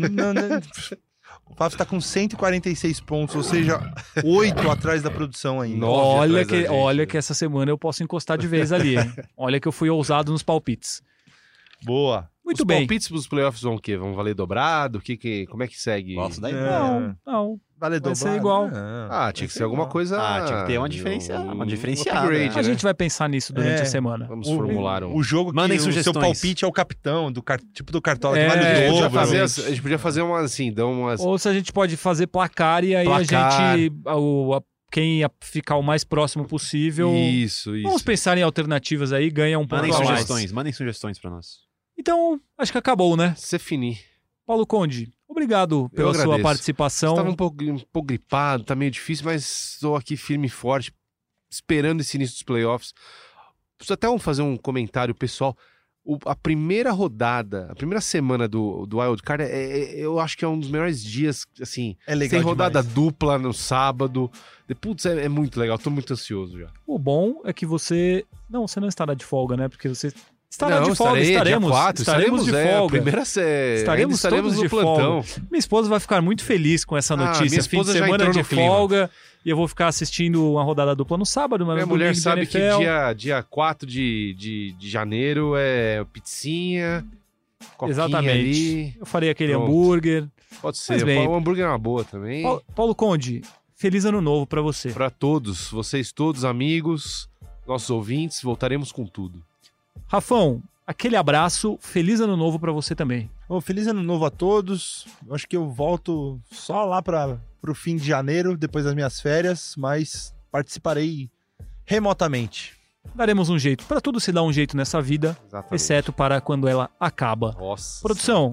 O Fábio tá com 146 pontos, ou seja, 8 atrás da produção ainda. Olha que essa semana eu posso encostar de vez ali, hein? Olha que eu fui ousado nos palpites. Boa. Muito Os bem. palpites dos playoffs vão o quê? Vão valer dobrado? Como é que segue? Gosto da Não. Vale Vai dobrado. ser igual. Tinha que ser alguma coisa... tinha que ter uma diferenciada. upgrade, A né? gente vai pensar nisso durante a semana. Vamos formular O jogo que Mandem o seu sugestões. palpite é o capitão, tipo do Cartola, que É, vale A o dobro. gente podia fazer umas assim, dar umas... Ou se a gente pode fazer placar e aí Placar. a gente... Quem ficar o mais próximo possível... Isso. Vamos pensar em alternativas aí, ganha um ponto Mandem a mais. sugestões, mandem sugestões pra nós. Então, acho que acabou, né? C'est fini. Paulo Conde, obrigado pela sua agradeço. participação. Estava um pouco gripado, tá meio difícil, mas estou aqui firme e forte, esperando esse início dos playoffs. Preciso até fazer um comentário pessoal. A primeira rodada, a primeira semana do Wild Card, eu acho que é um dos melhores dias, assim, É legal sem rodada demais. dupla no sábado. Putz, é muito legal, tô muito ansioso já. O bom é que você... Não, você não estará de folga, né? Porque você... Estará Não, de folga, estaremos de folga. Estaremos todos no de plantão. folga. Minha esposa vai ficar muito feliz com essa notícia. minha Fim de esposa já semana entrou de no clima. folga e eu vou ficar assistindo uma rodada dupla no sábado, mas Minha no mulher domingo sabe da que NFL. dia 4 de janeiro é pizzinha, coquinha Exatamente. ali. Eu farei aquele Pronto. hambúrguer. Pode Mas ser, bem. o hambúrguer é uma boa também. Paulo Conde, feliz ano novo pra você. Para todos, vocês todos, amigos, nossos ouvintes, voltaremos com tudo. Rafão, aquele abraço, feliz ano novo pra você também. Feliz ano novo a todos. Eu acho que eu volto só lá pro fim de janeiro, depois das minhas férias, mas participarei remotamente. Daremos um jeito. Pra tudo se dá um jeito nessa vida, Exatamente. exceto para quando ela acaba. Nossa. Produção,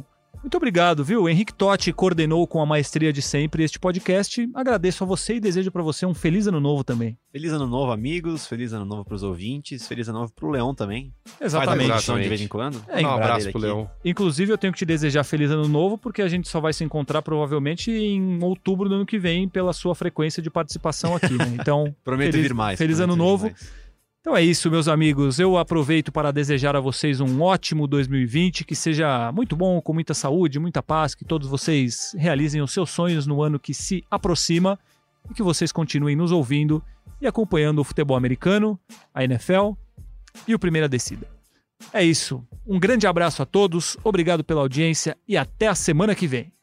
Muito obrigado, viu? Henrique Totti coordenou com a maestria de sempre este podcast. Agradeço a você e desejo para você um feliz ano novo também. Feliz ano novo, amigos. Feliz ano novo pros ouvintes. Feliz ano novo pro Leão também. Exatamente. Faz a de vez em quando. Um abraço pro Leão. Inclusive, eu tenho que te desejar feliz ano novo, porque a gente só vai se encontrar provavelmente em outubro do ano que vem, pela sua frequência de participação aqui, né? Então, prometo vir mais. Feliz ano novo. Então é isso, meus amigos. Eu aproveito para desejar a vocês um ótimo 2020, que seja muito bom, com muita saúde, muita paz, que todos vocês realizem os seus sonhos no ano que se aproxima e que vocês continuem nos ouvindo e acompanhando o futebol americano, a NFL e o Primeira Descida. É isso. Um grande abraço a todos, obrigado pela audiência e até a semana que vem.